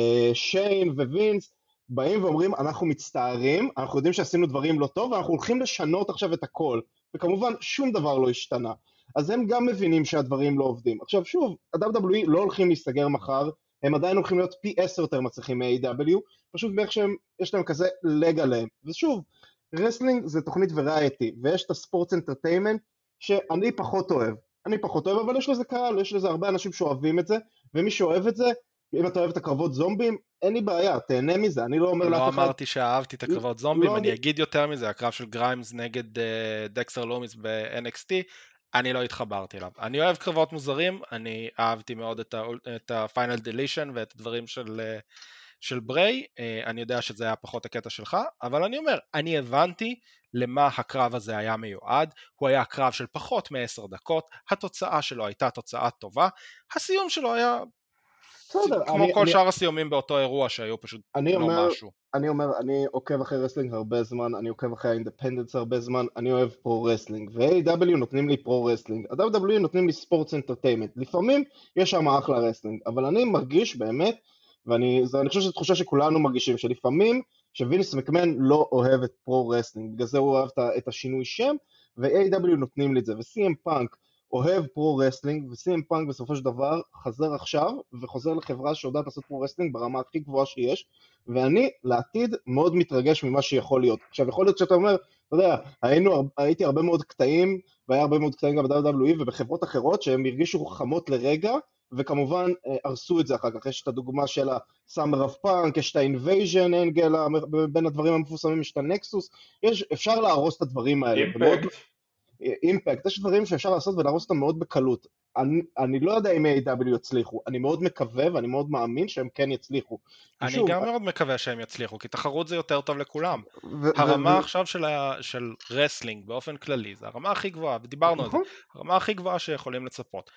שיין ווינס, באים ואומרים, אנחנו מצטערים, אנחנו יודעים שעשינו דברים לא טוב, ואנחנו הולכים לשנות עכשיו את הכל, וכמובן שום דבר לא השתנה. אז הם גם מבינים שהדברים לא עובדים. עכשיו שוב, ה-WWE לא הולכים להיסגר מחר, הם עדיין הולכים להיות פי 10 יותר מצליחים מ-AW, פשוט באיך שיש להם כזה לג עליהם. ושוב, רסלינג זה תוכנית וריאטי, ויש את הספורטס אנטרטיימנט, שאני פחות אוהב, אבל יש לזה קהל, יש לזה הרבה אנשים שאוהבים את זה, ומי שאוהב את זה, אם אתה אוהב את הקרבות זומבים, אין לי בעיה, תהנה מזה, אני לא אומר לאף אחד...
לא אמרתי שאהבתי את הקרבות זומבים, אני אגיד יותר מזה, הקרב של גריימס נגד דקסטר לומיס ב-NXT, אני לא התחברתי אליו. אני אוהב קרבות מוזרים, אני אהבתי מאוד את ה-Final Deletion ואת הדברים של בריי, אני יודע שזה היה פחות הקטע שלך, אבל אני אומר, אני הבנתי למה הקרב הזה היה מיועד, הוא היה קרב של פחות מ10 דקות, התוצאה שלו הייתה תוצאה טובה, הסיום שלו היה כמו כל שאר הסיומים באותו אירוע שהיו פשוט לא משהו.
אני עוקב אחרי רסלינג הרבה זמן, אני עוקב אחרי האינדפנדנס הרבה זמן, אני אוהב פרו-רסלינג, ו-AW נותנים לי פרו-רסלינג, ה-WWE נותנים לי ספורטס אנטרטיימנט, לפעמים יש שם אחלה רסלינג, אבל אני מרגיש באמת, ואני חושב שזו תחושה שכולנו מרגישים, שלפעמים שווינס מקמן לא אוהב את פרו-רסלינג, בגלל זה הוא אוהב את השינוי שם, ו-AW נותנים לי את זה, ו-CM פאנק אוהב פרו-רסלינג, ו-CM פאנק בסופו של דבר חזר עכשיו, וחוזר לחברה שיודעת לעשות פרו-רסלינג ברמה הכי גבוהה שיש, ואני לעתיד מאוד מתרגש ממה שיכול להיות. עכשיו יכול להיות שאתה אומר, אתה יודע, הייתי הרבה מאוד קטעים, והיה הרבה מאוד קטעים גם ב-WWE ובחברות אחרות, שהם הרגישו חמות לרגע, וכמובן הרסו את זה אחר כך. יש את הדוגמה של ה-Summer of Punk, יש את ה-Invasion אנגל, בין הדברים המפורסמים יש את הנקסוס, אפשר להרוס את הדברים האלה. אימפקט, יש דברים שאפשר לעשות ולהרוס אותם מאוד בקלות. אני לא יודע אם A.W. יצליחו, אני מאוד מקווה ואני מאוד מאמין שהם כן יצליחו.
אני גם מאוד מקווה שהם יצליחו, כי תחרות זה יותר טוב לכולם. הרמה עכשיו של רסלינג באופן כללי, זה הרמה הכי גבוהה, ודיברנו על זה, הרמה הכי גבוהה שיכולים לצפות.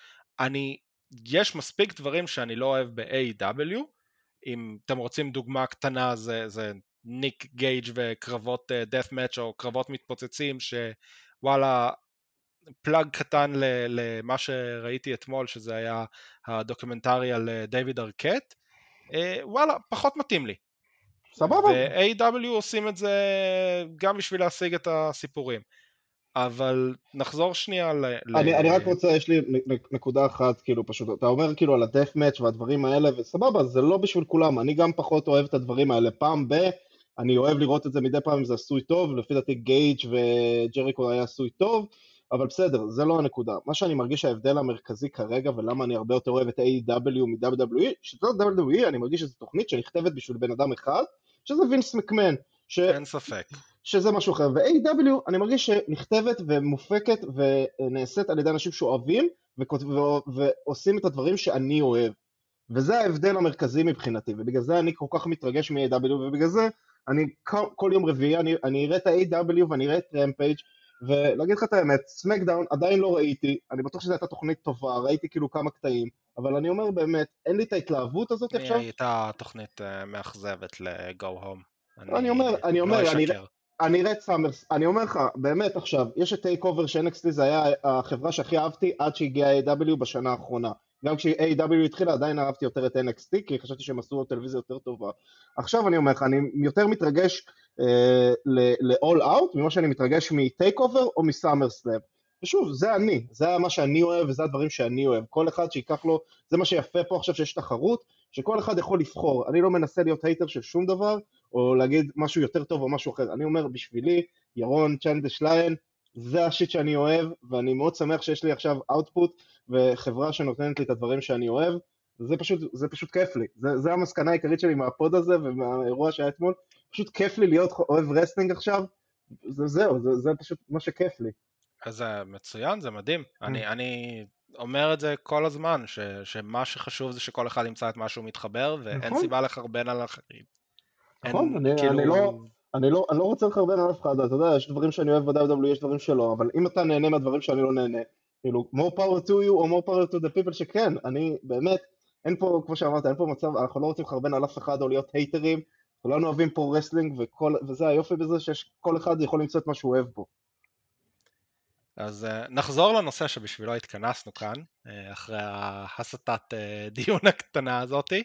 יש מספיק דברים שאני לא אוהב ב-A.W. אם אתם רוצים דוגמה קטנה, זה ניק גייג' וקרבות death match או קרבות מתפוצצים שוואלה, פלאג קטן למה שראיתי אתמול, שזה היה הדוקומנטרי על דיוויד ארקט, וואלה, פחות מתאים לי.
סבבה.
ו-AW עושים את זה גם בשביל להשיג את הסיפורים. אבל נחזור שנייה
אני רק רוצה, יש לי נקודה אחת, כאילו פשוט, אתה אומר כאילו על הדף מאץ' והדברים האלה, וסבבה, זה לא בשביל כולם, אני גם פחות אוהב את הדברים האלה, פעם אני אוהב לראות את זה מדי פעם אם זה עשוי טוב, לפי דעתי גייג' וג'ריקו היה עשוי טוב, אבל בסדר, זה לא הנקודה. מה שאני מרגיש ההבדל המרכזי כרגע, ולמה אני הרבה יותר אוהב את A.W. מ-WWE, שזאת WWE, אני מרגיש שזו תוכנית שנכתבת בשביל בן אדם אחד, שזה וינס מקמן.
אין ספק.
שזה משהו אחר. ו-A.W. אני מרגיש שנכתבת ומופקת ונעשית על ידי אנשים שאוהבים, ועושים את הדברים שאני אוהב. וזה ההבדל המרכזי מבחינתי, ובגלל זה אני כל כך מתרגש מ-A.W. ובגלל זה אני כל יום רביעי, אני אראה את ה-A.W. ואני אראה את רמפייג' ולהגיד לך את האמת, סמקדאון עדיין לא ראיתי, אני בטוח שזו הייתה תוכנית טובה, ראיתי כאילו כמה קטעים, אבל אני אומר באמת, אין לי את ההתלהבות הזאת עכשיו.
הייתה תוכנית מאכזבת ל-Go Home.
אני אומר, אני אראה את סאמרס, אני אומר לך, באמת עכשיו, יש את טייק אובר ש-NXT זה היה החברה שהכי אהבתי עד שהגיעה A.W. בשנה האחרונה. גם כש-A.W. התחילה עדיין אהבתי יותר את NXT, כי חשבתי שהם עשו טלוויזיה יותר טובה. עכשיו אני אומר לך, אני יותר מתרגש ל-all out, ממה שאני מתרגש מ-take over או מ-SummerSlam. ושוב, זה מה שאני אוהב, וזה הדברים שאני אוהב. כל אחד שיקח לו, זה מה שיפה פה עכשיו שיש תחרות, שכל אחד יכול לבחור. אני לא מנסה להיות הייטר של שום דבר, או להגיד משהו יותר טוב או משהו אחר. אני אומר, בשבילי, ירון צ'נדשליין, זה השיט שאני אוהב, ואני מאוד שמח שיש לי עכשיו output, וחברה שנותנת לי את הדברים שאני אוהב, זה פשוט כיף לי. זה המסקנה העיקרית שלי מהפוד הזה, ומהאירוע שהיה אתמול. פשוט כיף לי להיות אוהב רסלינג עכשיו, זה פשוט מה שכיף לי.
אז זה מצוין, זה מדהים. אני אומר את זה כל הזמן, שמה שחשוב זה שכל אחד ימצא את מה שהוא מתחבר, ואין סיבה לחרבן על אחרים.
נכון, אני לא רוצה לחרבן על אף אחד, אתה יודע, יש דברים שאני אוהב ב-WWE, יש דברים שלא, אבל אם אתה נהנה מהדברים שאני לא נהנה, כאילו, more power to you, או more power to the people שכן, אני באמת, אין פה, כמו שאמרת, אין פה מצב, אנחנו לא רוצים לחרבן על אף אחד, או להיות הייטרים, כולנו אוהבים פה רסלינג, וזה היופי בזה, שכל אחד יכול למצוא את מה שהוא אוהב פה.
אז נחזור לנושא שבשבילו התכנסנו כאן, אחרי ההסתת דיון הקטנה הזאתי.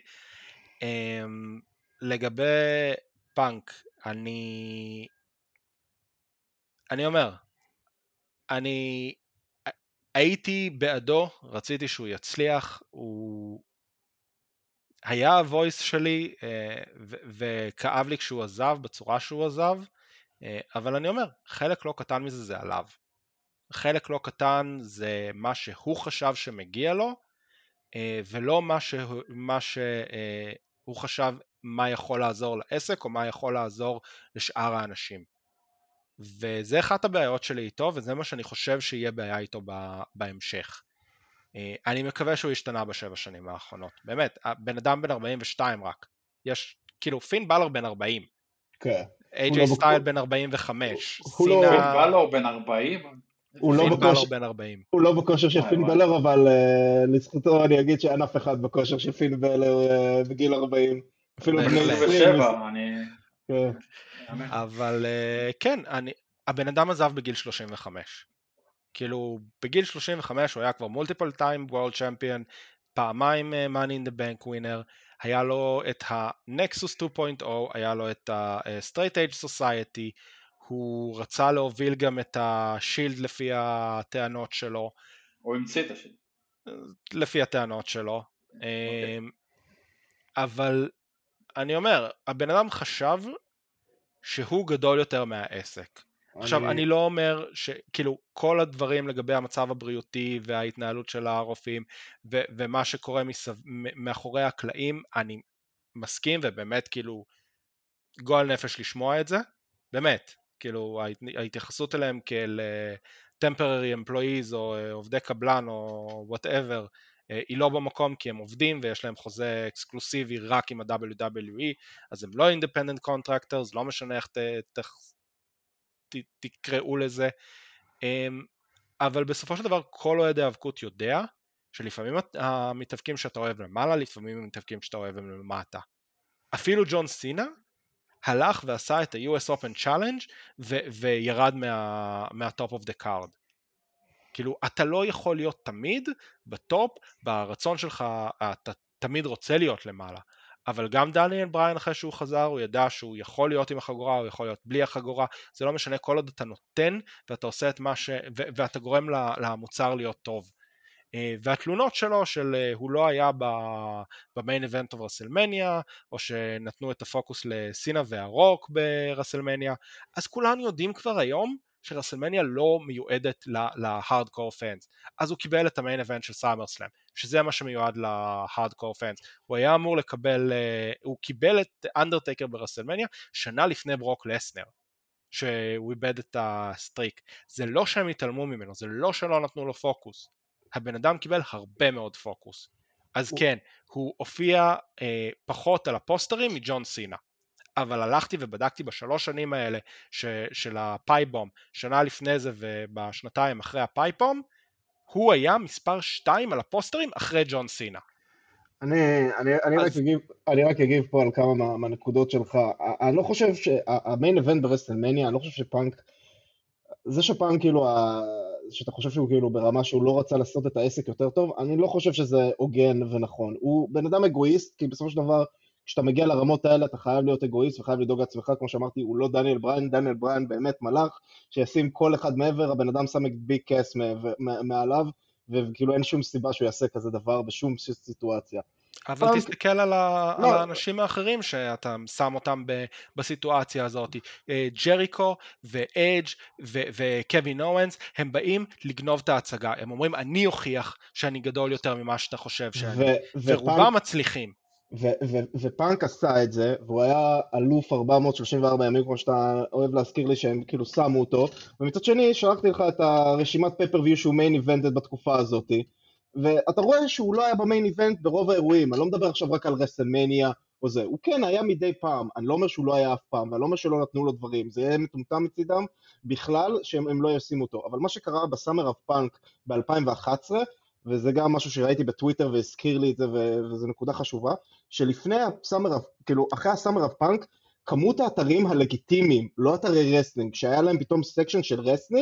לגבי פאנק, אני אומר, אני הייתי בעדו, רציתי שהוא יצליח, הוא היה הוויס שלי, וכאב לי כשהוא עזב, בצורה שהוא עזב, אבל אני אומר, חלק לא קטן מזה זה עליו. חלק לא קטן זה מה שהוא חשב שמגיע לו, ולא מה שהוא חשב מה יכול לעזור לעסק, או מה יכול לעזור לשאר האנשים. וזה אחת הבעיות שלי איתו, וזה מה שאני חושב שיהיה בעיה איתו בהמשך. אני מקווה שהוא השתנה ב7 שנים האחרונות. באמת, בן אדם בן 42 רק. יש, כאילו, פין בלר בן 40.
כן.
AJ סטייל בן 45.
הוא לא...
פין בלר בן 40?
פין בלר בן 40.
הוא לא בכושר של פין בלר, אבל לזכותו אני אגיד שאין אף אחד בכושר של פין בלר בגיל 40. אפילו בני
27,
אבל כן, הבן אדם עזב בגיל 35. כאילו, בגיל 35 הוא היה כבר מולטיפל טיים וורלד צ'מפיון, פעמיים Money in the Bank ווינר, היה לו את ה-Nexus 2.0, היה לו את ה-Straight Edge Society, הוא רצה להוביל גם את השילד לפי הטענות שלו.
הוא המציא את השילד.
לפי הטענות שלו. אבל אני אומר, הבן אדם חשב שהוא גדול יותר מהעסק. עכשיו, אני לא אומר שכאילו כל הדברים לגבי המצב הבריאותי וההתנהלות של הרופאים ומה שקורה מאחורי הקלעים, אני מסכים ובאמת כאילו גועל נפש לשמוע את זה, באמת, כאילו ההתייחסות אליהם כאל temporary employees או עובדי קבלן או whatever, היא לא במקום כי הם עובדים ויש להם חוזה אקסקלוסיבי רק עם ה-WWE, אז הם לא independent contractors, לא משנה איך תקראו לזה, אבל בסופו של דבר כל אוהד האבקות יודע שלפעמים המתאבקים שאתה אוהב למעלה, לפעמים המתאבקים שאתה אוהב למטה. אפילו ג'ון סינה הלך ועשה את ה-US Open Challenge וירד מה-top of the card. כאילו אתה לא יכול להיות תמיד בטופ, ברצון שלך אתה תמיד רוצה להיות למעלה. אבל גם דניאל בריין אחרי שהוא חזר, הוא ידע שהוא יכול להיות עם החגורה, הוא יכול להיות בלי החגורה, זה לא משנה, כל עוד אתה נותן ואתה עושה את מה ואתה גורם למוצר להיות טוב. והתלונות שלו של הוא לא היה במיין איבנט of רסלמניה, או שנתנו את הפוקוס לסינה והרוק ברסלמניה, אז כולנו יודעים כבר היום שרסלמניה לא מיועדת להארדקור פאנס, אז הוא קיבל את המיין איבנט של סאמרסלאם, שזה מה שמיועד להארדקור פאנס, הוא היה אמור לקבל, הוא קיבל את אנדרטייקר ברסלמניה שנה לפני ברוק לסנר, שהוא איבד את הסטריק, זה לא שהם התעלמו ממנו, זה לא שלא נתנו לו פוקוס, הבן אדם קיבל הרבה מאוד פוקוס, אז כן, הוא הופיע פחות על הפוסטרים מג'ון סינה, אבל הלכתי ובדקתי בשלוש שנים האלה של הפייבום, שנה לפני זה ובשנתיים אחרי הפייבום, הוא היה מספר 2 על הפוסטרים אחרי ג'ון סינה.
אני רק אגיב פה על כמה מהנקודות שלך. אני לא חושב שהמיין איבנט ברסלמניה, אני לא חושב שפאנק, זה שפאנק כאילו, שאתה חושב שהוא כאילו ברמה שהוא לא רצה לעשות את העסק יותר טוב, אני לא חושב שזה הוגן ונכון. הוא בן אדם אגואיסט, כי בסופו של דבר, כשאתה מגיע לרמות האלה, אתה חייב להיות אגואיסט וחייב לדאוג לעצמך, כמו שאמרתי, הוא לא דניאל בריין, דניאל בריין באמת מלאך, שישים כל אחד מעבר, הבן אדם שם את ביג קאס מעליו, וכאילו אין שום סיבה שהוא יעשה כזה דבר בשום סיטואציה.
אבל תסתכל על האנשים האחרים שאתה שם אותם בסיטואציה הזאת, ג'ריקו ואדג' וקווין אוונס, הם באים לגנוב את ההצגה, הם אומרים אני אוכיח שאני גדול יותר ממה שאתה חושב שאני, ורובם מצליחים.
ופאנק עשה את זה, והוא היה אלוף 434 ימים, כמו שאתה אוהב להזכיר לי שהם כאילו שמו אותו, ומצד שני שלחתי לך את הרשימת פייפריוויו שהוא מיין איבנטד בתקופה הזאת, ואתה רואה שהוא לא היה במיין איבנט ברוב האירועים, אני לא מדבר עכשיו רק על רסלמניה או זה, הוא כן היה מדי פעם, אני לא אומר שהוא לא היה אף פעם, ואני לא אומר שלא נתנו לו דברים, זה יהיה מטומטם מצידם בכלל שהם לא ישימו אותו, אבל מה שקרה בסאמר אף פאנק ב-2011, וזה גם משהו שראיתי בטוויטר והזכיר לי את זה, וזו נקודה חשובה, שלפני הסאמר, כאילו אחרי הסאמר אף פאנק, כמות האתרים הלגיטימיים, לא אתרי רסלינג, שהיה להם פתאום סקשן של רסלינג,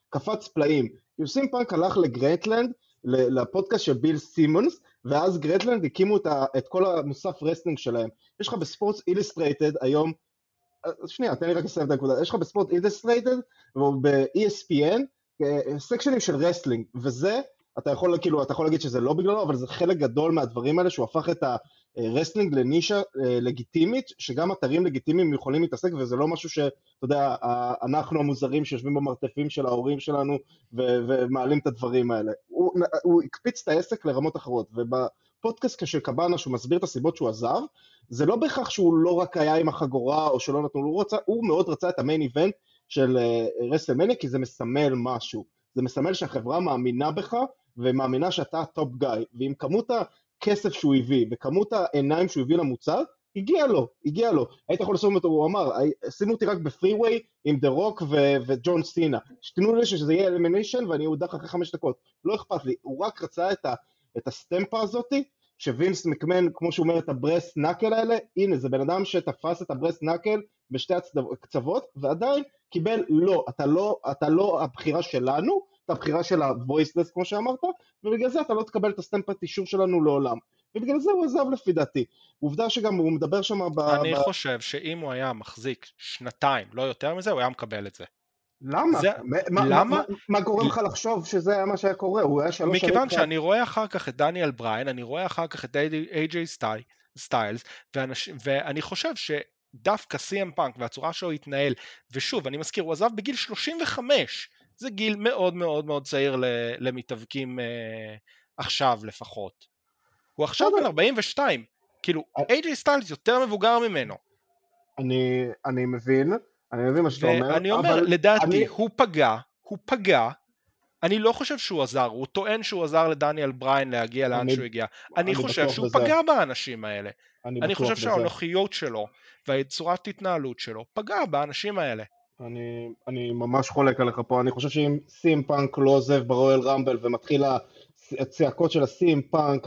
קפץ פלאים. סי.אם פאנק הלך לגרייטלנד, לפודקאסט של ביל סימונס, ואז גרייטלנד הקימו את כל המוסף רסלינג שלהם. יש לך בספורטס אילוסטרייטד היום, שנייה, תן לי רק לסיים את הנקודה, יש לך בספורט אילוסטרייטד, ב-ESPN, סקשנים של רסלינג, וזה, אתה יכול להגיד שזה לא בגללו, אבל זה חלק גדול מהדברים האלה, שהוא הפך את הרסלינג לנישה לגיטימית, שגם אתרים לגיטימיים יכולים להתעסק, וזה לא משהו שאתה יודע, אנחנו המוזרים שיושבים במרתפים של ההורים שלנו, ומעלים את הדברים האלה. הוא הקפיץ את העסק לרמות אחרות, ובפודקאסט של קבאנה, שהוא מסביר את הסיבות שהוא עזב, זה לא בהכרח שהוא לא רק היה עם החגורה, או שלא נתנו, הוא מאוד רצה את המיין איבנט של רסלמניה, כי זה מסמל משהו. זה מסמל שהחברה מאמינה בך, ומאמינה שאתה הטופ גאי, ועם כמות הכסף שהוא הביא, וכמות העיניים שהוא הביא למוצר, הגיע לו. היית יכול לשים אותו, הוא אמר, שימו אותי רק בפריווי עם דה רוק וג'ון סינה, שתנו לי שזה יהיה אלמיניישן, ואני אודח אחרי 5 דקות. לא אכפת לי, הוא רק רצה את הסטמפה הזאת, שווינס מקמן, כמו שהוא אומר, את הברסט נקל האלה, הנה, זה בן אדם שתפס את הברסט נקל בשתי הקצוות, ועדיין קיבל לא, אתה לא הבחירה שלנו, אתה הבחירה של ה-voiceless, כמו שאמרת, ובגלל זה אתה לא תקבל את הסטמפת אישור שלנו לעולם. ובגלל זה הוא עזב לפי דעתי. עובדה שגם הוא מדבר שם
אני חושב שאם הוא היה מחזיק 2, לא יותר מזה, הוא היה מקבל את זה.
למה?
למה?
מה גורם לך לחשוב שזה היה מה שהיה קורה? הוא היה 3 שנים...
מכיוון שאני רואה אחר כך את דניאל בריין, אני רואה אחר כך את AJ סטיילס, ואני חושב שדווקא CM פאנק והצורה שהוא התנהל, ושוב, אני מזכיר, הוא עזב בגיל 35, זה גיל מאוד מאוד מאוד צעיר למתאבקים עכשיו לפחות. הוא עכשיו בן 42, כאילו AJ סטיילס יותר מבוגר ממנו.
אני מבין מה שאתה אומר.
ואני אומר, לדעתי, הוא פגע, אני לא חושב שהוא עזר, הוא טוען שהוא עזר לדניאל בריין להגיע לאן שהוא הגיע. אני חושב שהוא פגע באנשים האלה. אני חושב שהאנוכיות שלו והצורת התנהלות שלו פגע באנשים האלה.
אני ממש חולק עליך פה, אני חושב שאם סי.אם פאנק לא עוזב ברויאל רמבל ומתחיל הצעקות של הסי.אם פאנק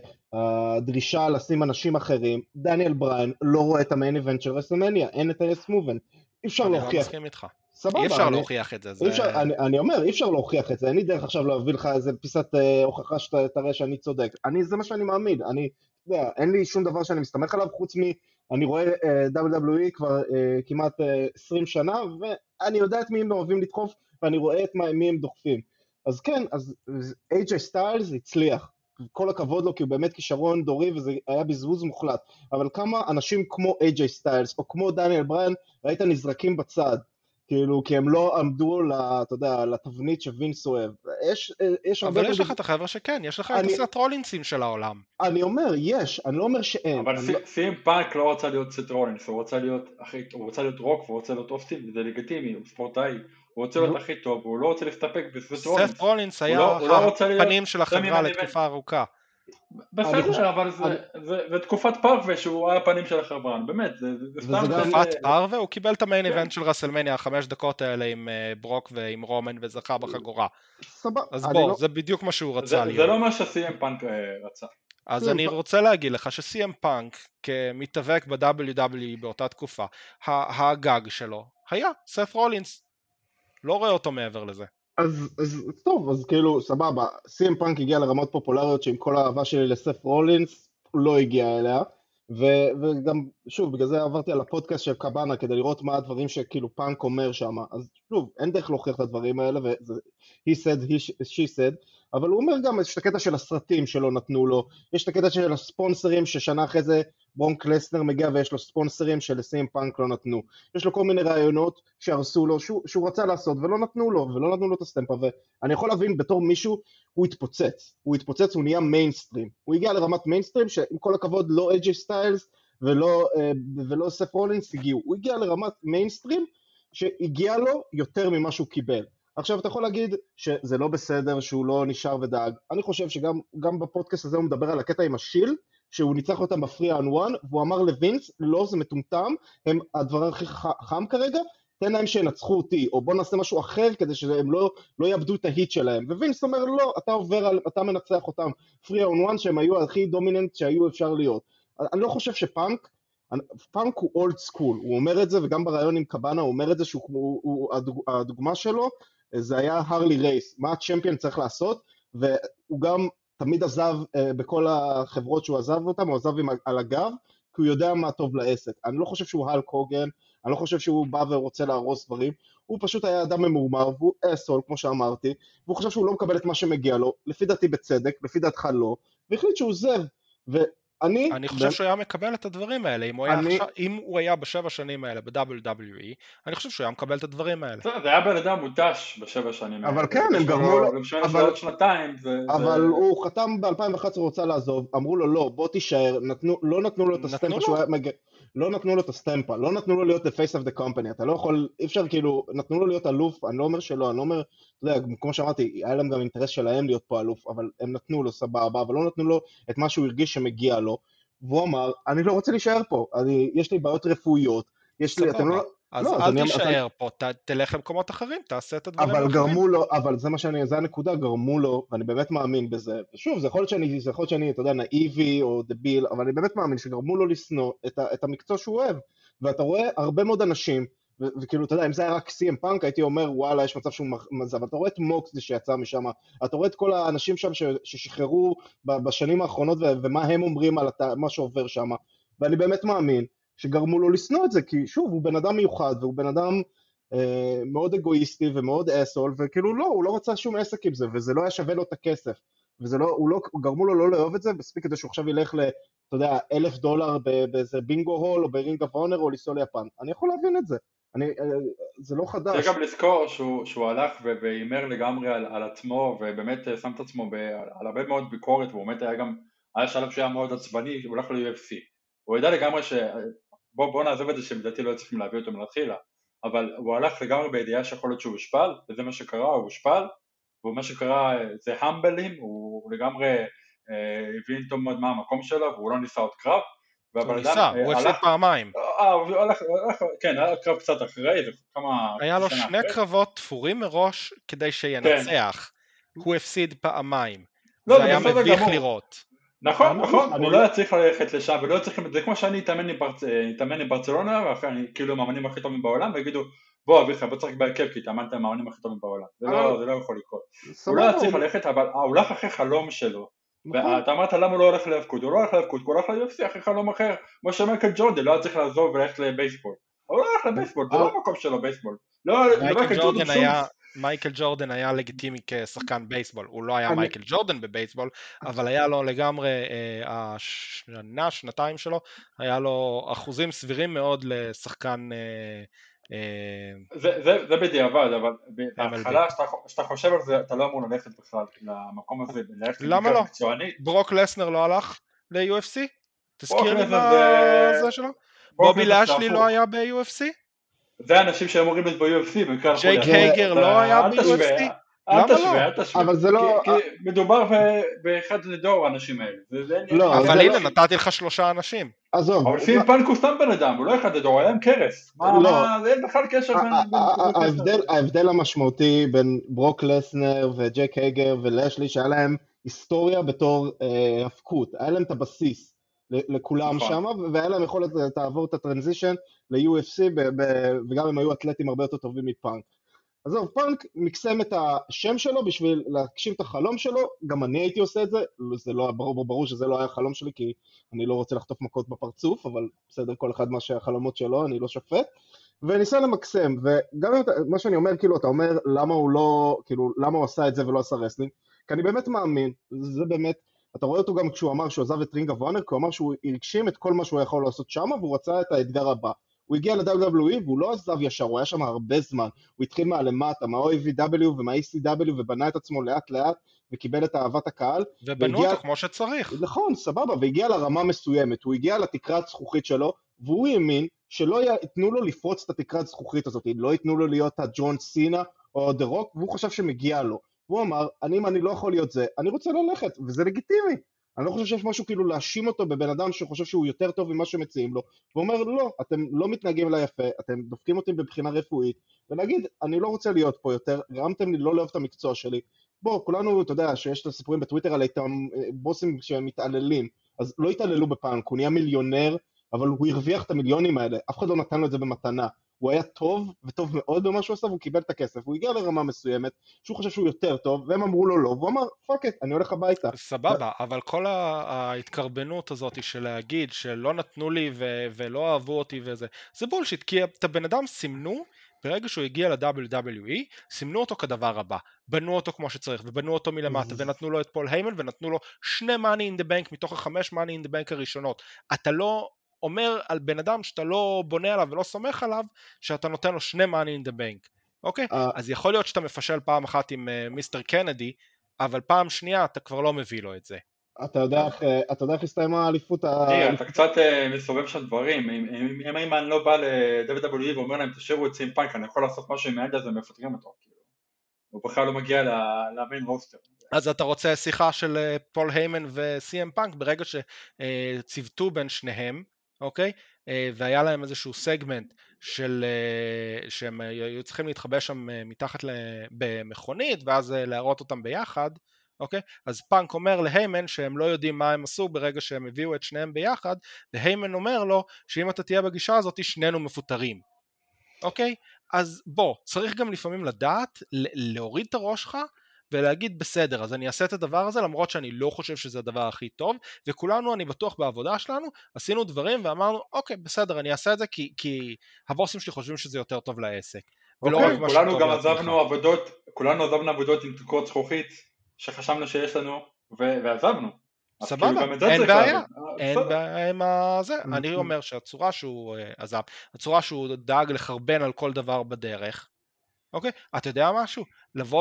והדרישה לשים אנשים אחרים, דניאל בריין לא רואה את המיין איבנט של רסלמניה, אין את ה-yes movement, אי אפשר להוכיח.
אני לא מסכים איתך.
סבבה,
אי אפשר להוכיח את זה.
אני אומר, אי אפשר להוכיח את זה, אין לי דרך עכשיו להביא לך איזה פיסת הוכחה שתראה שאני צודק, זה מה שאני מאמין, אין לי שום דבר שאני מסתמך עליו, חוץ אני רואה WWE כבר כמעט 20 שנה, ואני יודע את מי הם אוהבים לדחוף, ואני רואה את מי הם דוחפים. אז כן, אז AJ סטיילס הצליח, כל הכבוד לו, כי הוא באמת כישרון דורי, וזה היה בזבוז מוחלט. אבל כמה אנשים כמו AJ סטיילס, או כמו דניאל בריין, ראית נזרקים בצד, כאילו, כי הם לא עמדו, אתה יודע, לתבנית שווינס אוהב.
אבל יש לך את החבר'ה שכן, יש לך את הסט רולינגסים של העולם.
אני אומר, אני לא אומר שאין.
אבל סי.אם פאנק לא רוצה להיות סט רולינגס, הוא רוצה להיות רוק, והוא רוצה להיות אוסטין, וזה לגיטימי, הוא ספורטאי, הוא רוצה להיות הכי טוב, הוא לא רוצה להסתפק בסט רולינגס.
סט רולינגס היה הפנים של החברה לתקופה ארוכה.
בסדר, אבל זה תקופת פרווה שהוא היה הפנים של החברה, באמת, זה סתם...
תקופת פרווה, הוא קיבל את המיין איבנט של רסלמניה, 5 דקות האלה עם ברוק ועם רומן וזכה בחגורה. אז בוא, זה בדיוק מה שהוא רצה להיות.
זה לא מה שסי.אם פאנק רצה.
אז אני רוצה להגיד לך שסי.אם פאנק כמתאבק ב-WWE באותה תקופה, הגג שלו היה סף רולינס. לא רואה אותו מעבר לזה.
אז טוב, אז כאילו, סבבה, סי.אם פאנק הגיע לרמות פופולריות שעם כל האהבה שלי לסף רולינס, הוא לא הגיע אליה, וגם, שוב, בגלל זה עברתי על הפודקאסט של קבאנה, כדי לראות מה הדברים שכאילו פאנק אומר שם, אז שוב, אין דרך להוכיח את הדברים האלה, וזה he said, she said, אבל הוא אומר גם, יש את הקטע של הסרטים שלא נתנו לו, יש את הקטע של הספונסרים ששנה אחרי זה ברוק לסנר מגיע ויש לו ספונסרים שלסי.אם פאנק לא נתנו, יש לו כל מיני רעיונות שהרסו לו, שהוא רצה לעשות ולא נתנו לו את הסטמפה, ואני יכול להבין בתור מישהו, הוא התפוצץ, הוא נהיה מיינסטרים, הוא הגיע לרמת מיינסטרים שעם כל הכבוד לא AJ סטיילס ולא סף רולינס הגיעו, הוא הגיע לרמת מיינסטרים שהגיע לו יותר ממה שהוא קיבל. עכשיו אתה יכול להגיד שזה לא בסדר שהוא לא נשאר ודאג, אני חושב שגם בפודקאסט הזה הוא מדבר על הקטע עם השיל, שהוא ניצח אותם בפרי און וואן, והוא אמר לווינס, לא זה מטומטם, הם הדבר הכי חם כרגע, תן להם שינצחו אותי, או בוא נעשה משהו אחר כדי שהם לא יאבדו את ההיט שלהם, ווינס אומר לא, אתה מנצח אותם, פרי און וואן שהם היו הכי דומיננט שהיו אפשר להיות. אני לא חושב שפאנק הוא אולד סקול, הוא אומר את זה, וגם ברעיון עם קבאנה הוא אומר את זה, הדוגמה שלו זה היה הרלי רייס, מה הצ'מפיון צריך לעשות, והוא גם תמיד עזב בכל החברות שהוא עזב אותם, הוא עזב על הגב, כי הוא יודע מה טוב לעסק. אני לא חושב שהוא הלק הוגן, אני לא חושב שהוא בא ורוצה להרוס דברים, הוא פשוט היה אדם ממורמר, והוא אסול, כמו שאמרתי, והוא חושב שהוא לא מקבל את מה שמגיע לו, לפי דעתי בצדק, לפי דעתך לא, והחליט שהוא עוזב,
אני חושב שהוא היה מקבל את הדברים האלה, אם הוא היה בשבע שנים האלה ב-WWE, אני חושב שהוא היה מקבל את הדברים האלה.
זה היה בן אדם מוטש בשבע שנים האלה.
אבל כן, הם גרמו לו,
אבל שנתיים,
אבל הוא חתם ב-2011 רוצה לעזוב, אמרו לו לא, בוא תישאר, לא נתנו לו את הסטמפה שהוא היה לא נתנו לו את הסטמפה, לא נתנו לו להיות the face of the company, אתה לא יכול, אי אפשר כאילו, נתנו לו להיות אלוף, אני לא אומר שלא, אני לא אומר, אתה יודע, כמו שאמרתי, היה להם גם אינטרס שלהם להיות פה אלוף, אבל הם נתנו לו סבבה, אבל לא נתנו לו את מה שהוא הרגיש שמגיע לו, והוא אמר, אני לא רוצה להישאר פה, יש לי בעיות רפואיות, יש לי, אתם לא...
אז אל תישאר פה, תלך למקומות אחרים, תעשה את הדברים האחרים.
אבל גרמו לו, אבל זה הנקודה, גרמו לו, ואני באמת מאמין בזה, ושוב, זה יכול להיות שאני, אתה יודע, נאיבי או דביל, אבל אני באמת מאמין שגרמו לו לשנוא את המקצוע שהוא אוהב, ואתה רואה הרבה מאוד אנשים, וכאילו, אתה יודע, אם זה היה רק CM Punk, הייתי אומר, וואלה, יש מצב שהוא מזה, אבל אתה רואה את מוקסלי שיצא משם, אתה רואה את כל האנשים שם ששחררו בשנים האחרונות, ומה הם אומרים על מה שעובר שם, ואני באמת מאמין שגרמו לו לשנוא את זה, כי שוב, הוא בן אדם מיוחד, והוא בן אדם מאוד אגואיסטי ומאוד אסול, וכאילו לא, הוא לא רצה שום עסק עם זה, וזה לא היה שווה לו את הכסף, גרמו לו לא לאהוב את זה, בספיק כדי שהוא עכשיו ילך אתה יודע, $1,000 באיזה בינגו הול, או ברינג אוף אונר, או לנסוע ליפן, אני יכול להבין את זה, זה לא חדש.
צריך גם לזכור שהוא הלך והימר לגמרי על עצמו, ובאמת שם את עצמו על הרבה מאוד ביקורת, והוא באמת היה שלב שהיה מאוד עצבני, הוא הלך ל-UFC, הוא ידע לגמרי בוא נעזוב את זה שלדעתי לא צריכים להביא אותו מלהתחילה, אבל הוא הלך לגמרי בידיעה שיכול להיות שהוא הושפל, וזה מה שקרה, הוא הושפל, ומה שקרה זה המבלים, הוא לגמרי הבין טוב מאוד מה המקום שלו, והוא לא ניסה עוד קרב,
הוא ניסה, הוא הפסיד פעמיים.
כן, היה קרב קצת אחרי,
היה לו שני קרבות תפורים מראש כדי שינצח, הוא הפסיד פעמיים, זה היה מביך לראות.
נכון, הוא לא היה צריך ללכת לשם, ולא צריך, זה כמו שאני אתאמן עם ברצלונה, ואחרי אני כאילו המאמנים הכי טובים בעולם, ויגידו, בוא אביך, בוא צריך בהרכב, כי התאמנת עם המאמנים הכי טובים בעולם, זה לא יכול לקרות. הוא לא היה צריך ללכת, אבל הוא הלך אחרי חלום שלו, ואתה אמרת למה הוא לא הולך להאבקות, הוא לא הולך להאבקות, הוא הולך ל-UFC אחרי חלום אחר, כמו שמייקל ג'ורדן, לא היה צריך לעזוב וללכת לבייסבול, הוא לא הולך לבייסבול, זה לא המקום שלו בייסבול.
מייקל ג'ורדן היה לגיטימי כשחקן בייסבול, הוא לא היה מייקל ג'ורדן בבייסבול, אבל היה לו לגמרי, שנתיים שלו, היה לו אחוזים סבירים מאוד לשחקן...
זה בדיעבד, אבל בהתחלה שאתה חושב על זה, אתה לא אמור ללכת בכלל למקום הזה,
למה לא? ברוק לסנר לא הלך ל-UFC? תזכיר לי מה זה שלו? בובי לאשלי לא היה ב-UFC?
זה האנשים שאמורים להיות ב-UFC,
ג'ייק הייגר לא היה ב-UFC?
אל תשווה,
אבל זה לא...
כי מדובר באחד לדור האנשים האלה.
אבל הנה, נתתי לך 3 אנשים.
עזוב.
אבל סים פאנק הוא סתם בן אדם, הוא לא אחד לדור, הוא היה עם קרס. זה אין בכלל קשר בין...
ההבדל המשמעותי בין ברוק לסנר וג'ייק הייגר ולאשלי, שהיה להם היסטוריה בתור הפקות, היה להם את הבסיס לכולם שם, והיה להם יכולת לעבור את הטרנזישן ל-UFC, וגם הם היו אתלטים הרבה יותר טובים מפאנק. אז זהו, פאנק מקסם את השם שלו בשביל להגשים את החלום שלו, גם אני הייתי עושה את זה, זה לא, ברור שזה לא היה החלום שלי, כי אני לא רוצה לחטוף מכות בפרצוף, אבל בסדר, כל אחד מה שהחלומות שלו, אני לא שופט, וניסה למקסם, וגם מה שאני אומר, כאילו, אתה אומר, למה הוא לא, כאילו, למה הוא עשה את זה ולא עשה רסלינג, כי אני באמת מאמין, זה באמת, אתה רואה אותו גם כשהוא אמר שהוא עזב את רינג אוף אונר, כי הוא אמר שהוא הגשים את כל מה שהוא יכול לעשות שם, והוא רצה את האתגר הבא. הוא הגיע ל-WWE והוא לא עזב ישר, הוא היה שם הרבה זמן, הוא התחיל מהלמטה, מה-OVW ומה-ECW ובנה את עצמו לאט לאט וקיבל את אהבת הקהל.
ובנו אותו כמו שצריך.
נכון, סבבה, והגיע לרמה מסוימת, הוא הגיע לתקרת זכוכית שלו, והוא האמין שלא ייתנו לו לפרוץ את התקרת זכוכית הזאת, לא ייתנו לו להיות הג'ון סינה או דה רוק, והוא חשב שמגיע לו. והוא אמר, אני לא יכול להיות זה, אני רוצה ללכת, וזה לגיטימי. אני לא חושב שיש משהו כאילו להאשים אותו בבן אדם שחושב שהוא יותר טוב ממה שמציעים לו, והוא אומר לא, אתם לא מתנהגים אליי יפה, אתם דופקים אותי בבחינה רפואית, ולהגיד אני לא רוצה להיות פה יותר, גרמתם לי לא לאהוב את המקצוע שלי, בוא, כולנו, אתה יודע, שיש את הסיפורים בטוויטר על בוסים שמתעללים, אז לא התעללו בפאנק, הוא נהיה מיליונר, אבל הוא הרוויח את המיליונים האלה, אף אחד לא נתן לו את זה במתנה, הוא היה טוב, וטוב מאוד במה שהוא עשה, והוא קיבל את הכסף, הוא הגיע לרמה מסוימת, שהוא חושב שהוא יותר טוב, והם אמרו לו לא, והוא אמר, פאק את, אני הולך הביתה.
סבבה, אבל כל ההתקרבנות הזאת של להגיד שלא נתנו לי ולא אהבו אותי וזה, זה בולשיט, כי את הבן אדם סימנו, ברגע שהוא הגיע ל-WWE, סימנו אותו כדבר הבא, בנו אותו כמו שצריך, ובנו אותו מלמטה, ונתנו לו את פול היימן, ונתנו לו 2 money in the bank מתוך ה5 money in the bank הראשונות. אתה לא אומר על בן אדם שאתה לא בונה עליו ולא סומך עליו, שאתה נותן לו 2 money in the bank, אוקיי? אז יכול להיות שאתה מפשל פעם אחת עם מיסטר קנדי, אבל פעם שנייה אתה כבר לא מביא לו את זה.
אתה יודע איך הסתיימה האליפות?
אתה קצת מסובב שם דברים, אם איימן לא בא ל-WWE ואומר להם תשאירו את סים פאנק, אני יכול לעשות משהו עם היד הזה, מפטרים אותו, הוא בכלל לא מגיע למיין רוסטר.
אז אתה רוצה שיחה של פול היימן וסי.אם פאנק ברגע שציוותו בין שניהם, אוקיי? והיה להם איזשהו סגמנט שהם היו צריכים להתחבא שם מתחת במכונית ואז להראות אותם ביחד, אוקיי? אז פאנק אומר להיימן שהם לא יודעים מה הם עשו ברגע שהם הביאו את שניהם ביחד, והיימן אומר לו שאם אתה תהיה בגישה הזאת שנינו מפוטרים, אוקיי? אז בוא, צריך גם לפעמים לדעת להוריד את הראש שלך ולהגיד בסדר, אז אני אעשה את הדבר הזה למרות שאני לא חושב שזה הדבר הכי טוב, וכולנו, אני בטוח בעבודה שלנו, עשינו דברים ואמרנו אוקיי בסדר, אני אעשה את זה כי הבוסים שלי חושבים שזה יותר טוב לעסק.
אוקיי, כולנו גם עזבנו עבודות עם תקרות זכוכית שחשבנו שיש לנו ועזבנו.
סבבה, אין בעיה, אין בעיה עם זה. אני אומר שהצורה שהוא עזב, הצורה שהוא דאג לחרבן על כל דבר בדרך, אוקיי, אתה יודע משהו? לבוא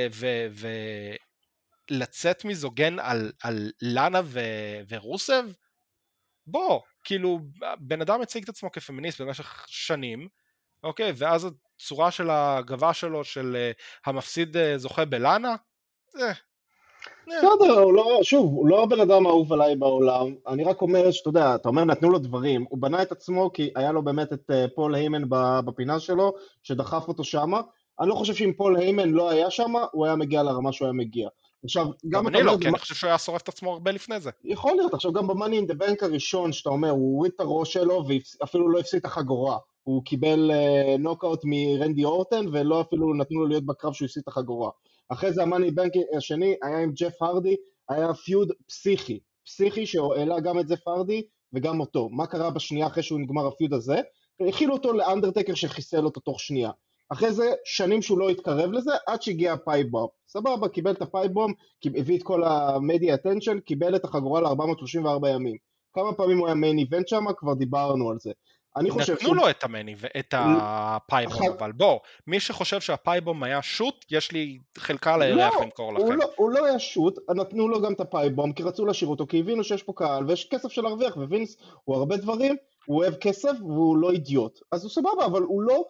ולצאת מזוגן על לאנה ורוסב? בוא, כאילו, בן אדם הציג את עצמו כפמיניסט במשך שנים, אוקיי, ואז הצורה של הגבה שלו של המפסיד זוכה בלאנה,
בסדר, הוא לא הבן אדם האהוב עליי בעולם, אני רק אומר שאתה יודע, אתה אומר נתנו לו דברים, הוא בנה את עצמו כי היה לו באמת את פול היימן בפינה שלו, שדחף אותו שמה, אני לא חושב שאם פול היימן לא היה שמה, הוא היה מגיע לרמה שהוא היה מגיע. עכשיו,
גם אני לא, כי אני חושב שהוא היה שורף את עצמו הרבה לפני זה.
יכול להיות, עכשיו גם במאני אין דה בנק הראשון, שאתה אומר, הוא הוריד את הראש שלו, ואפילו לא הפסיד את החגורה. הוא קיבל נוקאוט מרנדי אורטן, ולא אפילו נתנו לו להיות בקרב שהוא הפסיד את החגורה. אחרי זה המאני בנק השני היה עם ג'ף הרדי, היה פיוד פסיכי שהעלה גם את ג'ף הרדי וגם אותו. מה קרה בשנייה אחרי שהוא נגמר הפיוד הזה? הכילו אותו לאנדרטקר שחיסל אותו תוך שנייה. אחרי זה שנים שהוא לא התקרב לזה, עד שהגיע הפייבום. סבבה, קיבל את הפייבום, הביא את כל המדיה אטנשן, קיבל את החגורה ל-434 ימים. כמה פעמים הוא היה מיין איבנט שם, כבר דיברנו על זה.
נתנו לו את הפייבום, אבל בוא, מי שחושב שהפייבום היה שוט, יש לי חלקה לירח למכור לכם.
הוא לא היה שוט, נתנו לו גם את הפייבום, כי רצו להשאיר אותו, כי הבינו שיש פה קהל, ויש כסף של להרוויח, ווינס הוא הרבה דברים, הוא אוהב כסף, והוא לא אידיוט. אז הוא סבבה, אבל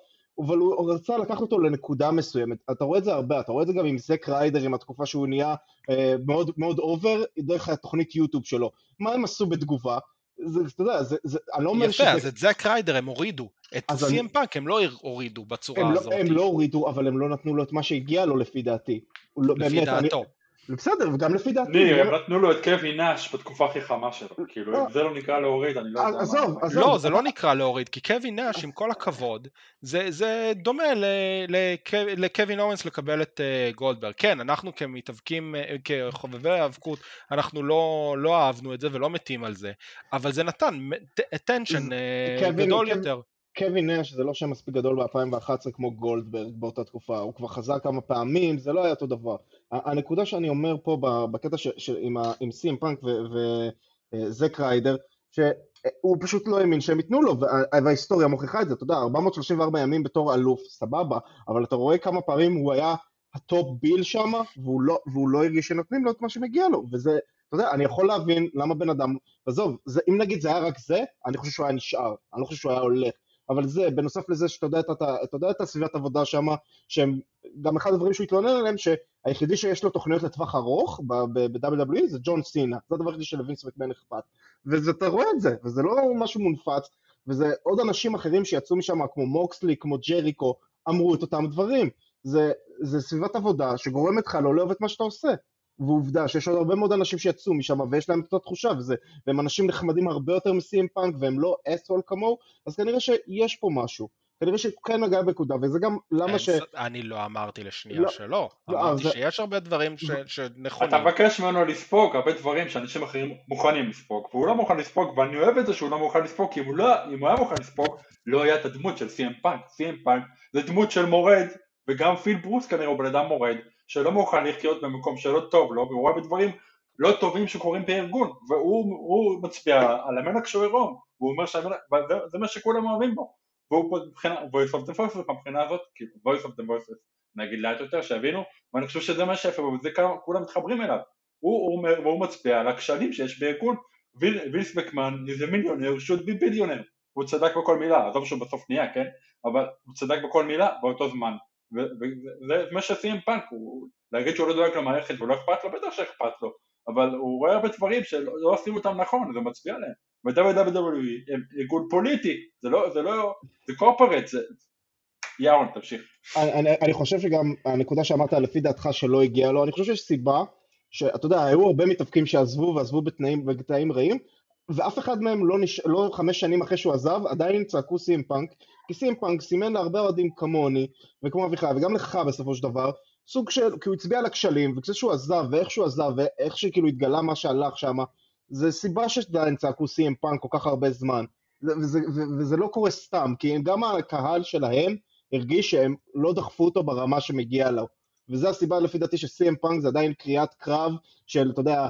הוא רצה לקחת אותו לנקודה מסוימת. אתה רואה את זה הרבה, אתה רואה את זה גם עם זק ריידר, עם התקופה שהוא נהיה מאוד מאוד אובר, דרך התוכנית יוטיוב שלו. מה הם עשו בתגובה? אתה יודע, אני לא אומר
יפה, אז את זק ריידר הם הורידו, את סי.אם פאנק הם לא הורידו בצורה הזאת.
הם לא הורידו, אבל הם לא נתנו לו את מה שהגיע לו לפי דעתי.
לפי דעתו.
בסדר, וגם לפי דעתי.
הם נתנו לו את קווי נאש בתקופה הכי חמה שלו, כאילו אם זה לא נקרא להוריד, אני לא יודע מה.
לא, זה לא נקרא להוריד, כי קווי נאש, עם כל הכבוד, זה דומה לקווין אורנס לקבל את גולדברג. כן, אנחנו כמתאבקים, כחובבי האבקות, אנחנו לא אהבנו את זה ולא מתים על זה, אבל זה נתן attention גדול יותר.
קווין נאש זה לא שם מספיק גדול ב-2011 כמו גולדברג באותה תקופה, הוא כבר חזר כמה פעמים, זה לא היה אותו דבר. הנקודה שאני אומר פה בקטע עם סי.אם פאנק וזק ריידר, שהוא פשוט לא האמין שהם ייתנו לו, וההיסטוריה מוכיחה את זה, אתה יודע, 434 ימים בתור אלוף, סבבה, אבל אתה רואה כמה פעמים הוא היה הטופ ביל שם, והוא לא הרגיש שנותנים לו את מה שמגיע לו, וזה, אתה יודע, אני יכול להבין למה בן אדם, עזוב, אם נגיד זה היה רק זה, אני חושב שהוא היה נשאר, אני לא חושב שהוא היה הולך, אבל זה, בנוסף לזה שאתה יודע את הסביבת עבודה שם, שהם, גם אחד הדברים שהוא התלונן עליהם, שהיחידי שיש לו תוכניות לטווח ארוך ב-WWE זה ג'ון סינה, זה הדבר היחידי של וינס מקמן אכפת, ואתה רואה את זה, וזה לא משהו מונפץ, וזה עוד אנשים אחרים שיצאו משם, כמו מוקסלי, כמו ג'ריקו, אמרו את אותם דברים, זה סביבת עבודה שגורמת לך לא לאהוב את מה שאתה עושה, ועובדה שיש עוד הרבה מאוד אנשים שיצאו משם ויש להם את אותה תחושה והם אנשים נחמדים הרבה יותר מסי.אם פאנק והם לא אסול כמוהו, אז כנראה שיש פה משהו, כנראה שכן נגע בנקודה, וזה גם למה
אני לא אמרתי לשנייה
לא,
שלא,
לא,
אמרתי שיש הרבה דברים
אתה
שנכונים.
מבקש ממנו לספוג הרבה דברים שאנשים אחרים מוכנים לספוג, והוא לא מוכן לספוג, ואני אוהב את זה שהוא לא מוכן לספוג, כי אם הוא היה מוכן לספוג, לא היה את הדמות של CM פאנק. CM פאנק זה דמות של מורד, וגם פיל ברוס כנראה הוא בן אדם מורד, שלא מוכן לחיות במקום שלא טוב לו, והוא רואה בדברים לא טובים שקורים בארגון, והוא מצביע על המלך שהוא עירום, והוא אומר שזה מה שכולם אוהבים בו, והוא מבחינה voice of the voices מבחינה הזאת, כאילו voice of the voices נגיד לאט יותר שהבינו, ואני חושב שזה מה שיפה, וזה כולם מתחברים אליו, הוא מצביע על הכשלים שיש בארגון. וילס מקמן is a millionaire should be billionaire, הוא צדק בכל מילה, עזוב שהוא בסוף נהיה, כן? אבל הוא צדק בכל מילה באותו זמן, וזה מה שעושים פאנק, להגיד שהוא לא דואג למערכת ולא אכפת לו, בטח שאכפת לו, אבל הוא רואה הרבה דברים שלא עושים אותם נכון, זה מצביע עליהם. ו-WWE הם ארגון פוליטי, זה קורפורט, יאון, תמשיך.
אני חושב שגם הנקודה שאמרת לפי דעתך שלא הגיע לו, אני חושב שיש סיבה שאתה יודע, היו הרבה מתאבקים שעזבו בתנאים רעים, ואף אחד מהם לא 5 שנים אחרי שהוא עזב, עדיין צעקו CM פאנק, כי CM פאנק סימן להרבה אוהדים כמוני, וכמו אביחי, וגם לך בסופו של דבר, סוג של, כי הוא הצביע על הכשלים, וכשזה שהוא עזב, ואיך שהוא עזב, ואיך שכאילו התגלה מה שהלך שם, זה סיבה שעדיין צעקו CM פאנק כל כך הרבה זמן, וזה לא קורה סתם, כי גם הקהל שלהם הרגיש שהם לא דחפו אותו ברמה שמגיע לו, וזה הסיבה לפי דעתי ש-CM פאנק זה עדיין קריאת קרב של, אתה יודע,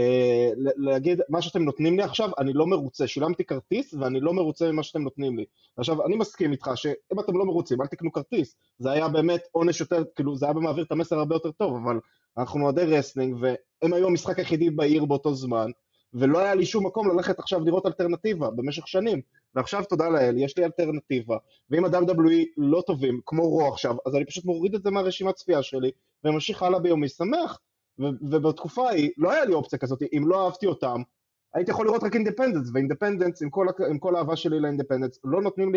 להגיד, מה שאתם נותנים לי עכשיו, אני לא מרוצה, שילמתי כרטיס ואני לא מרוצה ממה שאתם נותנים לי. עכשיו, אני מסכים איתך שאם אתם לא מרוצים, אל תקנו כרטיס, זה היה באמת עונש יותר, כאילו, זה היה במעביר את המסר הרבה יותר טוב, אבל אנחנו אוהדי רסלינג, והם היו המשחק היחידי בעיר באותו זמן, ולא היה לי שום מקום ללכת עכשיו לראות אלטרנטיבה במשך שנים, ועכשיו תודה לאל, יש לי אלטרנטיבה, ואם ה-WWE לא טובים, כמו רו עכשיו, אז אני פשוט מוריד את זה מהרשימת צפייה שלי, וממשיך הלאה ביומי שמח, ובתקופה ההיא לא היה לי אופציה כזאת, אם לא אהבתי אותם, הייתי יכול לראות רק אינדפנדנס, ואינדפנדנס, עם כל האהבה שלי לאינדפנדנס, לא נותנים לי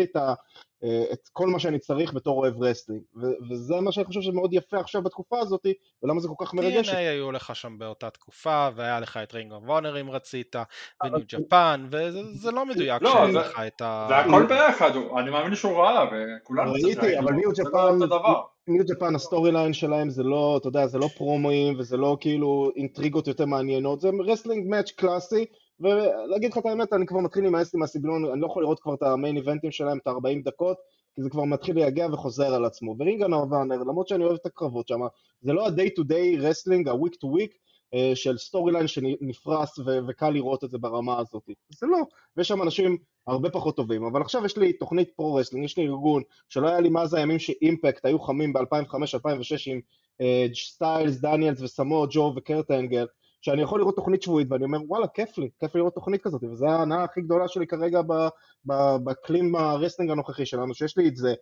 את כל מה שאני צריך בתור אוהב רסלינג, וזה מה שאני חושב שמאוד יפה עכשיו בתקופה הזאת, ולמה זה כל כך מרגש.
TNA היו לך שם באותה תקופה, והיה לך את רינג אוף אונר אם רצית, וניו ג'פן, וזה לא מדויק שאין לך את ה...
זה הכל ביחד, אני מאמין שהוא ראה, וכולנו
ראיתי, אבל ניו ג'פן, הסטורי ליין שלהם זה לא, אתה יודע, זה לא פרומואים, וזה לא כאילו אינטריגות יותר מעניינות, זה רסלינג מאץ' קלאסי, ולהגיד לך את האמת, אני כבר מתחיל להימאס לי מהסגנון, אני לא יכול לראות כבר את המיין איבנטים שלהם, את ה-40 דקות, כי זה כבר מתחיל להגיע וחוזר על עצמו, ורינג אונר, למרות שאני אוהב את הקרבות שם, זה לא ה-day to day wrestling, ה-week to week, של סטורי ליין שנפרס וקל לראות את זה ברמה הזאת, זה לא, ויש שם אנשים הרבה פחות טובים, אבל עכשיו יש לי תוכנית פרו-רסלינג, יש לי ארגון שלא היה לי מאז הימים שאימפקט היו חמים ב-2005-2006 עם סטיילס, דניאלס וסמו, ג'ו וקרט אנגל, שאני יכול לראות תוכנית שבועית ואני אומר וואלה כיף לי לראות תוכנית כזאת, וזו ההנאה הכי גדולה שלי כרגע בקלים הרסלינג הנוכחי שלנו, שיש לי את זה,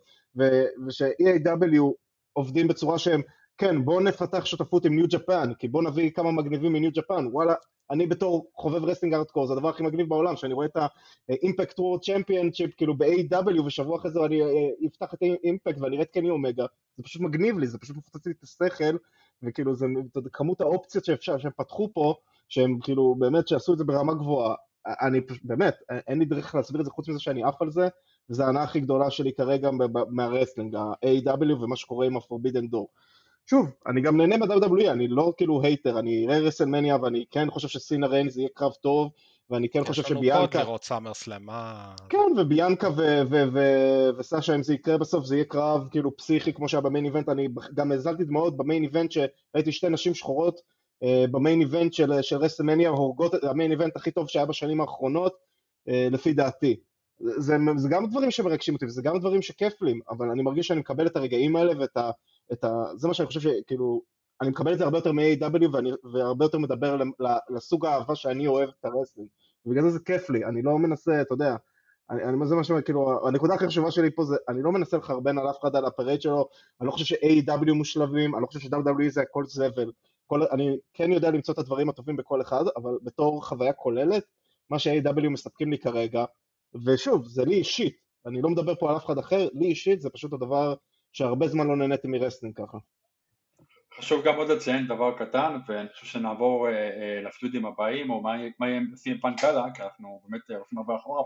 וש-EAW עובדים בצורה שהם כן, בואו נפתח שותפות עם ניו ג'פן, כי בואו נביא כמה מגניבים מניו ג'פן, וואלה, אני בתור חובב רסלינג ארדקור, זה הדבר הכי מגניב בעולם, שאני רואה את ה-Impact World Championship, כאילו ב-AW, ושבוע אחרי זה אני אפתח את ה-Impact ואני אראה את קני אומגה, זה פשוט מגניב לי, זה פשוט מפוצץ לי את השכל, וכאילו זה כמות האופציות שאפשר, שהם פתחו פה, שהם כאילו באמת שעשו את זה ברמה גבוהה, אני באמת, אין לי דרך להסביר את זה חוץ מזה שאני עף על זה, וזה ההנאה הכי גדולה שלי כרגע מהרסלינג, ה-AW ומה שקורה עם ה-Forbidden Door. שוב, אני גם נהנה ב-WWE, אני לא כאילו הייטר, אני אראה רסלמניה ואני כן חושב שסינה ריינס יהיה קרב טוב, ואני כן חושב שביאנקה...
יש לנו פוד לראות סאמרסלאם,
כן, וביאנקה וסשה, אם זה יקרה בסוף, זה יהיה קרב כאילו פסיכי כמו שהיה במיין איבנט, אני גם הזלתי דמעות במיין איבנט שראיתי 2 נשים שחורות במיין איבנט של רסלמניה, הורגות את המיין איבנט הכי טוב שהיה בשנים האחרונות, לפי דעתי. זה גם דברים שמרגשים אותי, וזה גם דברים שכיף לי, אבל אני מרגיש שאני מקבל את הרגעים האלה זה מה שאני חושב שכאילו, אני מקבל את זה הרבה יותר מ-AW והרבה יותר מדבר לסוג האהבה שאני אוהב את הרסלינג, ובגלל זה כיף לי, אני לא מנסה, אתה יודע, זה מה כאילו, הנקודה הכי חשובה שלי פה זה, אני לא מנסה לחרבן על אף אחד על הפרייד שלו, אני לא חושב ש-AW מושלבים, אני לא חושב ש-WWE זה הכל זבל, אני כן יודע למצוא את הדברים הטובים בכל אחד, אבל בתור חוויה כוללת, מה ש-AW מספקים לי כרגע, ושוב, זה לי אישית, אני לא מדבר פה על אף אחד אחר, לי אישית זה פשוט הדבר שהרבה זמן לא נהניתי מרסלינג ככה.
חשוב גם עוד לציין דבר קטן, ואני חושב שנעבור לפיודים הבאים, או מה יהיה CM פאנק הלאה, כי אנחנו באמת הולכים הרבה אחורה פה,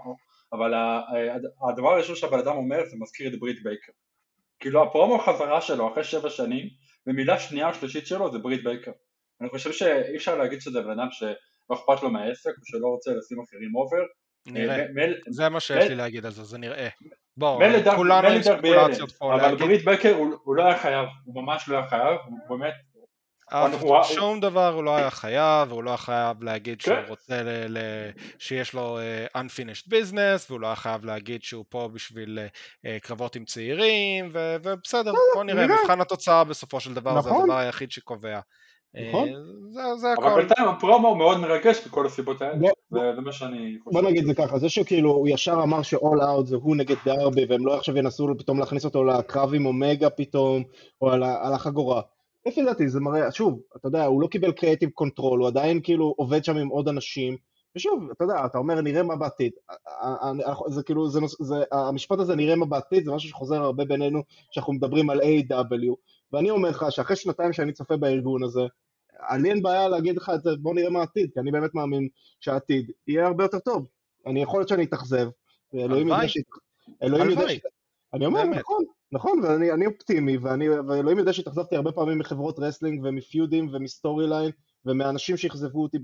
אבל הדבר הראשון שהבן אדם אומר זה מזכיר את ברית בייקר. כאילו הפרומו חזרה שלו אחרי 7 שנים, ומילה שנייה או שלישית שלו זה ברית בייקר. אני חושב שאי אפשר להגיד שזה בן אדם שלא אכפת לו מהעסק, או שלא רוצה לשים אחרים אובר.
נראה, זה מה שיש לי להגיד על זה, זה נראה. בוא,
מלי
כולנו עם ספקולציות פה
אבל
להגיד.
ברית בייקר הוא לא היה חייב, הוא ממש לא היה חייב, הוא באמת...
שום דבר הוא לא היה חייב, והוא לא היה חייב להגיד שהוא רוצה שיש לו unfinished business, והוא לא היה חייב להגיד שהוא פה בשביל קרבות עם צעירים, ובסדר, בוא נראה, מבחן התוצאה בסופו של דבר זה הדבר היחיד שקובע. זה הכל.
אבל בינתיים הפרומו מאוד מרגש בכל הסיבות האלה, וזה מה שאני חושב.
בוא נגיד זה ככה, זה שכאילו הוא ישר אמר ש-all out זה הוא נגד דרבי, והם לא עכשיו ינסו פתאום להכניס אותו לקרב עם אומגה פתאום, או על החגורה. לפי דעתי זה מראה, שוב, אתה יודע, הוא לא קיבל קריאטיב קונטרול, הוא עדיין כאילו עובד שם עם עוד אנשים, ושוב, אתה יודע, אתה אומר נראה מה בעתיד, זה כאילו, המשפט הזה נראה מה בעתיד, זה משהו שחוזר הרבה בינינו, שאנחנו מדברים על A.W, ואני אומר לך שאחרי 2 שאני צופה בארגון הזה, לי אין בעיה להגיד לך את זה, בוא נראה מה העתיד, כי אני באמת מאמין שהעתיד יהיה הרבה יותר טוב, אני יכול להיות שאני אתאכזב, ואלוהים יודע אני אומר, נכון, ואני אופטימי, ואלוהים יודע שהתאכזבתי הרבה פעמים מחברות רסלינג ומפיודים ומסטורי ליין, ומאנשים שהחזבו אותי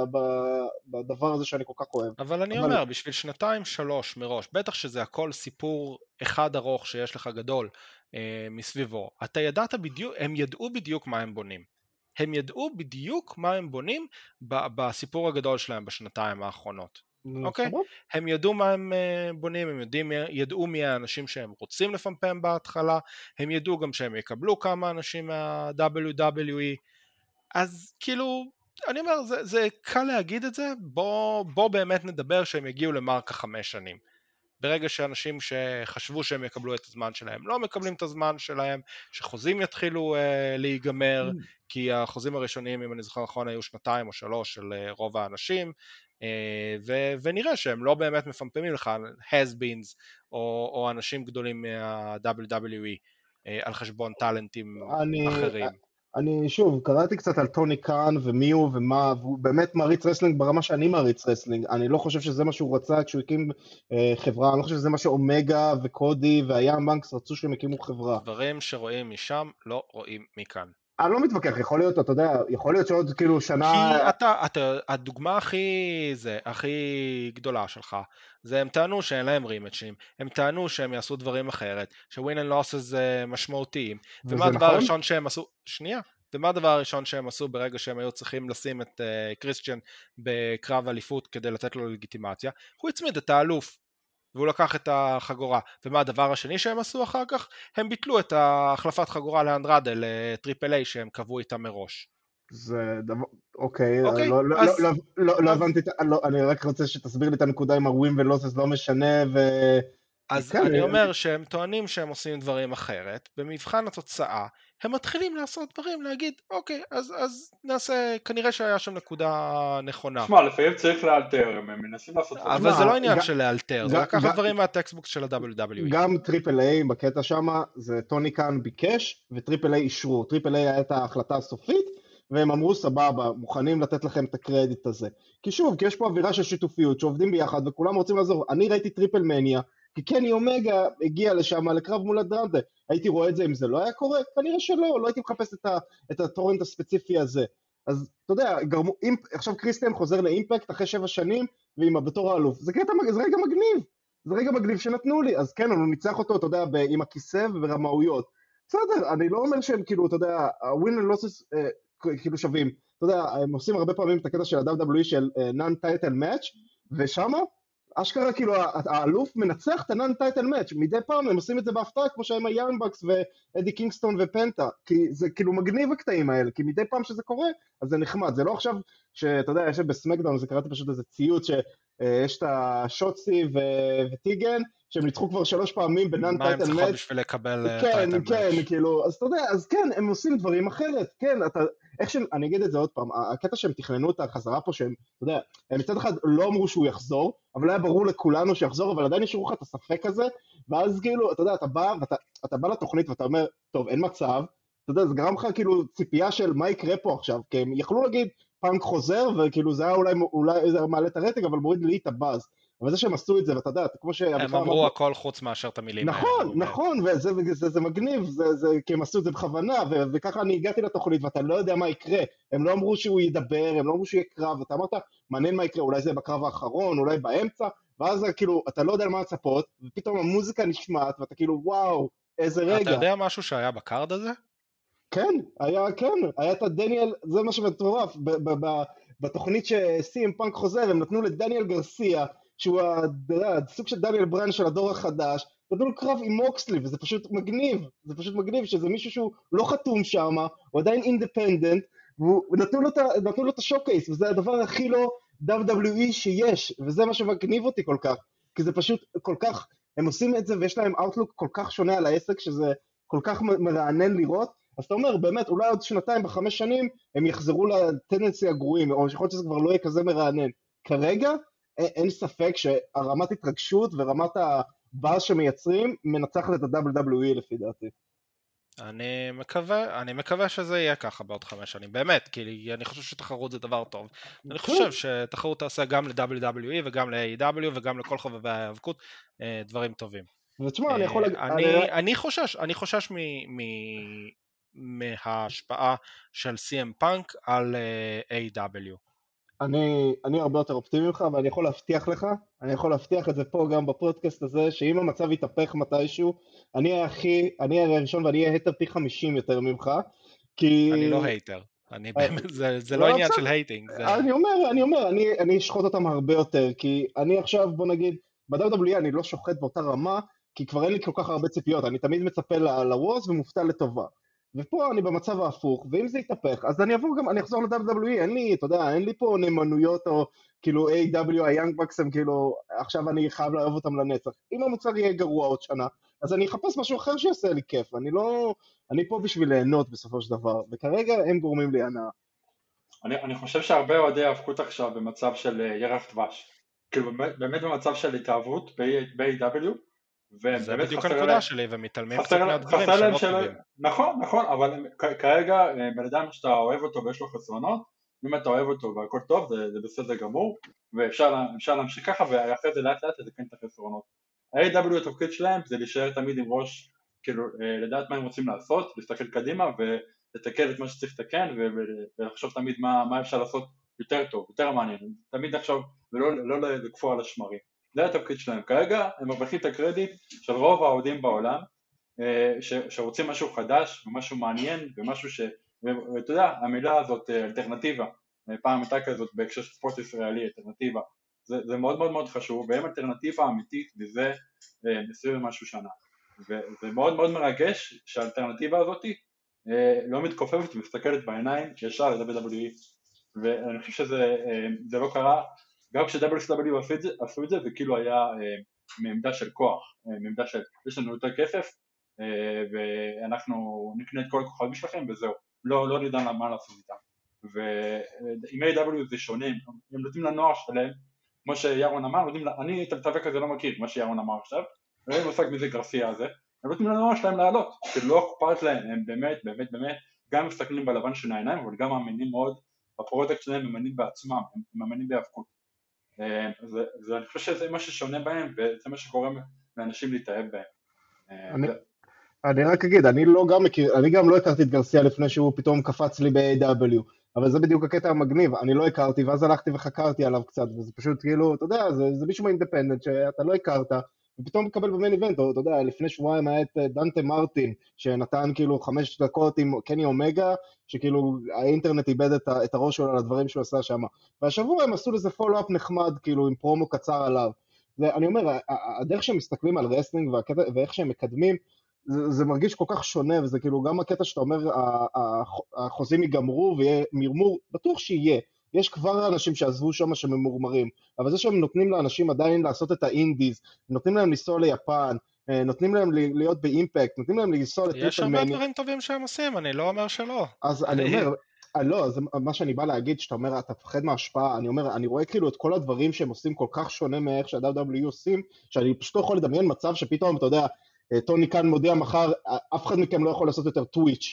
בדבר הזה שאני כל כך אוהב.
אבל אני אומר, בשביל 2-3 מראש, בטח שזה הכל סיפור אחד ארוך שיש לך גדול מסביבו, אתה ידעת בדיוק, הם ידעו בדיוק מה הם בונים. הם ידעו בדיוק מה הם בונים בסיפור הגדול שלהם בשנתיים האחרונות. אוקיי? הם ידעו מה הם בונים, הם ידעו מי האנשים שהם רוצים לפמפם בהתחלה, הם ידעו גם שהם יקבלו כמה אנשים מה-WWE, אז כאילו, אני אומר, זה קל להגיד את זה, בוא באמת נדבר שהם יגיעו למרקה 5 שנים. ברגע שאנשים שחשבו שהם יקבלו את הזמן שלהם לא מקבלים את הזמן שלהם, שחוזים יתחילו להיגמר, כי החוזים הראשונים, אם אני זוכר נכון, היו 2 או 3 של רוב האנשים, ונראה שהם לא באמת מפמפמים לך has-beens או אנשים גדולים מה-WWE על חשבון טלנטים אחרים.
אני שוב, קראתי קצת על טוני קאן ומי הוא ומה, והוא באמת מעריץ רסלינג ברמה שאני מעריץ רסלינג, אני לא חושב שזה מה שהוא רצה כשהוא הקים חברה, אני לא חושב שזה מה שאומגה וקודי והים בנקס רצו שהם הקימו חברה.
דברים שרואים משם לא רואים מכאן.
אני לא מתווכח, יכול להיות, אתה יודע, יכול להיות שעוד כאילו שנה...
כי הדוגמה הכי גדולה שלך, זה הם טענו שאין להם רימג'ים, הם טענו שהם יעשו דברים אחרת, שווין אנד לוסס משמעותיים, ומה הדבר הראשון שהם עשו, ומה הדבר הראשון שהם עשו ברגע שהם היו צריכים לשים את קריסטיאן בקרב אליפות כדי לתת לו לגיטימציה, הוא הצמיד את האלוף, והוא לקח את החגורה, ומה הדבר השני שהם עשו אחר כך? הם ביטלו את החלפת חגורה לאנדרדה לטריפל איי שהם קבעו איתה מראש.
זה דבר, אוקיי, לא הבנתי, אני רק רוצה שתסביר לי את הנקודה עם הווין ולוסס לא משנה
אז אני אומר שהם טוענים שהם עושים דברים אחרת, במבחן התוצאה הם מתחילים לעשות דברים, להגיד אוקיי, אז נעשה, כנראה שהיה שם נקודה נכונה.
תשמע, לפעמים צריך לאלתר, הם מנסים לעשות דברים.
אבל זה לא עניין של לאלתר, זה לקחת דברים מהטקסטבוק של ה-WWE.
גם טריפל איי בקטע שם, זה טוני קאן ביקש, וטריפל איי אישרו, טריפל איי היה את ההחלטה הסופית, והם אמרו סבבה, מוכנים לתת לכם את הקרדיט הזה. כי שוב, כי יש פה אווירה של שיתופיות, שעובדים ביחד וכולם רוצים לעזור. אני ראיתי טריפל מניה, כי קני אומגה הגיע לשם לקרב מול הדרנדה. הייתי רואה את זה אם זה לא היה קורה? כנראה שלא, לא הייתי מחפש את הטורנט הספציפי הזה. אז אתה יודע, עכשיו קריסטיאן חוזר לאימפקט אחרי 7 שנים, ועם בתור האלוף. זה רגע מגניב. זה רגע מגניב שנתנו לי. אז כן, הוא ניצח אותו, אתה יודע, עם הכיסא וברמאויות. בסדר, אני לא אומר שהם כאילו, אתה יודע, ה-win and losses כאילו שווים. אתה יודע, הם עושים הרבה פעמים את הקטע של ה-WWE של non-title match, ושמה, אשכרה כאילו האלוף מנצח את ה-non-title match, מדי פעם הם עושים את זה בהפתעה, כמו שהם היאנבקס ואדי קינגסטון ופנטה, כי זה כאילו מגניב הקטעים האלה, כי מדי פעם שזה קורה, אז זה נחמד, זה לא עכשיו שאתה יודע, יש בסמקדאון, זה קראתי פשוט איזה ציוץ, שיש את השוצי וטיגן, שהם ניצחו כבר 3 פעמים בנאן טייטל מאץ'.
מה הם צריכו בשביל לקבל טייטל מאץ'?
כן, כאילו, אז אתה יודע, אז כן, הם עושים דברים אחרת, כן, איך שהם, אני אגיד את זה עוד פעם, הקטע שהם תכננו את החזרה פה, שהם, אתה יודע, הם מצד אחד לא אמרו שהוא יחזור, אבל היה ברור לכולנו שיחזור, אבל עדיין ישארו לך את הספק הזה, ואז כאילו, אתה יודע, אתה בא לתוכנית ואתה אומר, טוב, אין מצב, אתה יודע, זה גרם לך כאילו ציפייה של מה יקרה פה עכשיו, כי הם יכלו להגיד, פאנק חוזר, וכאילו זה היה אולי זה מעלה את הרייטינג, אבל מוריד לי את הבאז. אבל זה שהם עשו את זה, ואתה יודע, כמו
הם
שאביחי אמר
אמרו הכל חוץ מאשר את המילים האלה.
נכון, נכון, וזה מגניב, כי הם עשו את זה בכוונה, וככה אני הגעתי לתוכנית, ואתה לא יודע מה יקרה, הם לא אמרו שהוא ידבר, הם לא אמרו שהוא יהיה קרב, ואתה אמרת, מעניין מה יקרה, אולי זה בקרב האחרון, אולי באמצע, ואז כאילו, אתה לא יודע על מה לצפות, ופתאום המוזיקה נשמעת, ואתה כאילו, וואו, איזה רגע.
אתה יודע משהו שהיה בקארד הזה?
כן, היה את הדניאל, זה מה שמטורף, בתוכנית שסי.אם פאנק חוזר, הם נתנו לדניאל גרסיה, שהוא הסוג של דניאל ברן של הדור החדש, נתנו לו קרב עם מוקסלי, וזה פשוט מגניב, זה פשוט מגניב, שזה מישהו שהוא לא חתום שם, הוא עדיין אינדפנדנט, ונתנו לו את השוקייס, וזה הדבר הכי לא WWE שיש, וזה מה שמגניב אותי כל כך, כי זה פשוט כל כך, הם עושים את זה, ויש להם אאוטלוק כל כך שונה על העסק, שזה כל כך מרענן לראות, אז אתה אומר, באמת, אולי עוד 2-5 שנים, הם יחזרו לטנדנסי הגרועים, או שיכול להיות שזה כבר לא יהיה כזה מרענן. כרגע, אין ספק שהרמת התרגשות ורמת הבאז שמייצרים, מנצחת את ה-WWE לפי דעתי.
אני מקווה שזה יהיה ככה בעוד 5 שנים, באמת, כי אני חושב שתחרות זה דבר טוב. אני חושב שתחרות תעשה גם ל-WWE וגם ל-AEW וגם לכל חובבי ההיאבקות דברים טובים.
ותשמע, אני יכול...
אני חושש מההשפעה של CM פאנק על AEW.
אני הרבה יותר אופטימי ממך, ואני יכול להבטיח לך, אני יכול להבטיח את זה פה גם בפודקאסט הזה, שאם המצב יתהפך מתישהו, אני אהיה הראשון ואני אהיה היטר פי 50 יותר ממך, כי...
אני לא הייטר, זה לא עניין של הייטינג.
אני אשחוט אותם הרבה יותר, כי אני עכשיו, בוא נגיד, ב-WWE אני לא שוחט באותה רמה, כי כבר אין לי כל כך הרבה ציפיות, אני תמיד מצפה לווז ומופתע לטובה. ופה אני במצב ההפוך, ואם זה יתהפך, אז אני אחזור ל-WWE, אין לי פה נאמנויות, או כאילו A.W. ה-Young Bucks הם כאילו, עכשיו אני חייב לאהוב אותם לנצח. אם המוצר יהיה גרוע עוד שנה, אז אני אחפש משהו אחר שיעשה לי כיף, אני פה בשביל ליהנות בסופו של דבר, וכרגע הם גורמים לי הנאה.
אני חושב שהרבה אוהדי האבקות עכשיו במצב של ירח דבש, כאילו באמת במצב של התאהבות ב-A.W.
זה בדיוק הנקודה שלי, ומתעלמים קצת מהדברים שלא טובים.
נכון, אבל כרגע בן אדם שאתה אוהב אותו ויש לו חסרונות, אם אתה אוהב אותו והכל טוב, זה בסדר גמור, ואפשר להמשיך ככה, ואחרי זה לאט לאט לתקן את החסרונות. ה-AW התפקיד שלהם זה להישאר תמיד עם ראש, כאילו לדעת מה הם רוצים לעשות, להסתכל קדימה ולתקן את מה שצריך לתקן, ולחשוב תמיד מה אפשר לעשות יותר טוב, יותר מעניין, תמיד לחשוב ולא לקפוא על השמרים. זה התפקיד שלהם. כרגע הם מרוויחים את הקרדיט של רוב האוהדים בעולם שרוצים משהו חדש ומשהו מעניין ומשהו ואתה יודע, המילה הזאת אלטרנטיבה, פעם הייתה כזאת בהקשר של ספורט ישראלי, אלטרנטיבה, זה מאוד מאוד מאוד חשוב, והם אלטרנטיבה אמיתית וזה 20 ומשהו שנה, וזה מאוד מאוד מרגש שהאלטרנטיבה הזאת לא מתכופפת ומסתכלת בעיניים ישר ל-WWE, ואני חושב שזה לא קרה גם כש-WCW עשו את זה, זה כאילו היה מעמדה של כוח, מעמדה של יש לנו יותר כסף ואנחנו נקנה את כל הכוכבים שלכם וזהו, לא נדע מה לעשות איתם. ועם A.W. זה שונה, הם נותנים לנוער שלהם, כמו שירון אמר, אני את המתאבק הזה לא מכיר, מה שירון אמר עכשיו, ואין מושג מזה גרסיה הזה, הם נותנים לנוער שלהם לעלות, שלא אכפת להם, הם באמת גם מסתכלים בלבן של העיניים, אבל גם מאמינים מאוד בפרודקט שלהם, הם מאמינים בעצמם, הם מאמינים בהאבקות. אני חושב שזה מה ששונה בהם וזה מה שגורם לאנשים להתאהב בהם.
אני רק אגיד, אני גם לא הכרתי את גרסיה לפני שהוא פתאום קפץ לי ב-AW, אבל זה בדיוק הקטע המגניב, אני לא הכרתי ואז הלכתי וחקרתי עליו קצת, וזה פשוט כאילו, אתה יודע, זה מישהו מהאינדפנדנט שאתה לא הכרת, ופתאום מקבל במיין איבנט, או אתה יודע, לפני שבועיים היה את דנטה מרטין, שנתן כאילו 5 דקות עם קני אומגה, שכאילו האינטרנט איבד את הראש שלו על הדברים שהוא עשה שם, והשבוע הם עשו לזה פולו-אפ נחמד, כאילו עם פרומו קצר עליו, ואני אומר, הדרך שהם מסתכלים על רסלינג ואיך שהם מקדמים, זה מרגיש כל כך שונה, וזה כאילו גם הקטע שאתה אומר, החוזים ייגמרו ויהיה מרמור, בטוח שיהיה, יש כבר אנשים שעזבו שם שממורמרים, אבל זה שהם נותנים לאנשים עדיין לעשות את האינדיז, נותנים להם לנסוע ליפן, נותנים להם להיות באימפקט, נותנים להם לנסוע לטריפל
יש הרבה דברים טובים שהם עושים, אני לא אומר שלא.
אז אני אומר, לא, זה מה שאני בא להגיד, שאתה אומר, אתה פחד מההשפעה, אני רואה כאילו את כל הדברים שהם עושים כל כך שונה מאיך שה-WWE עושים, שאני פשוט לא יכול לדמיין מצב שפתאום, אתה יודע, טוני כאן מודיע מחר, אף אחד מכם לא יכול לעשות יותר טוויץ',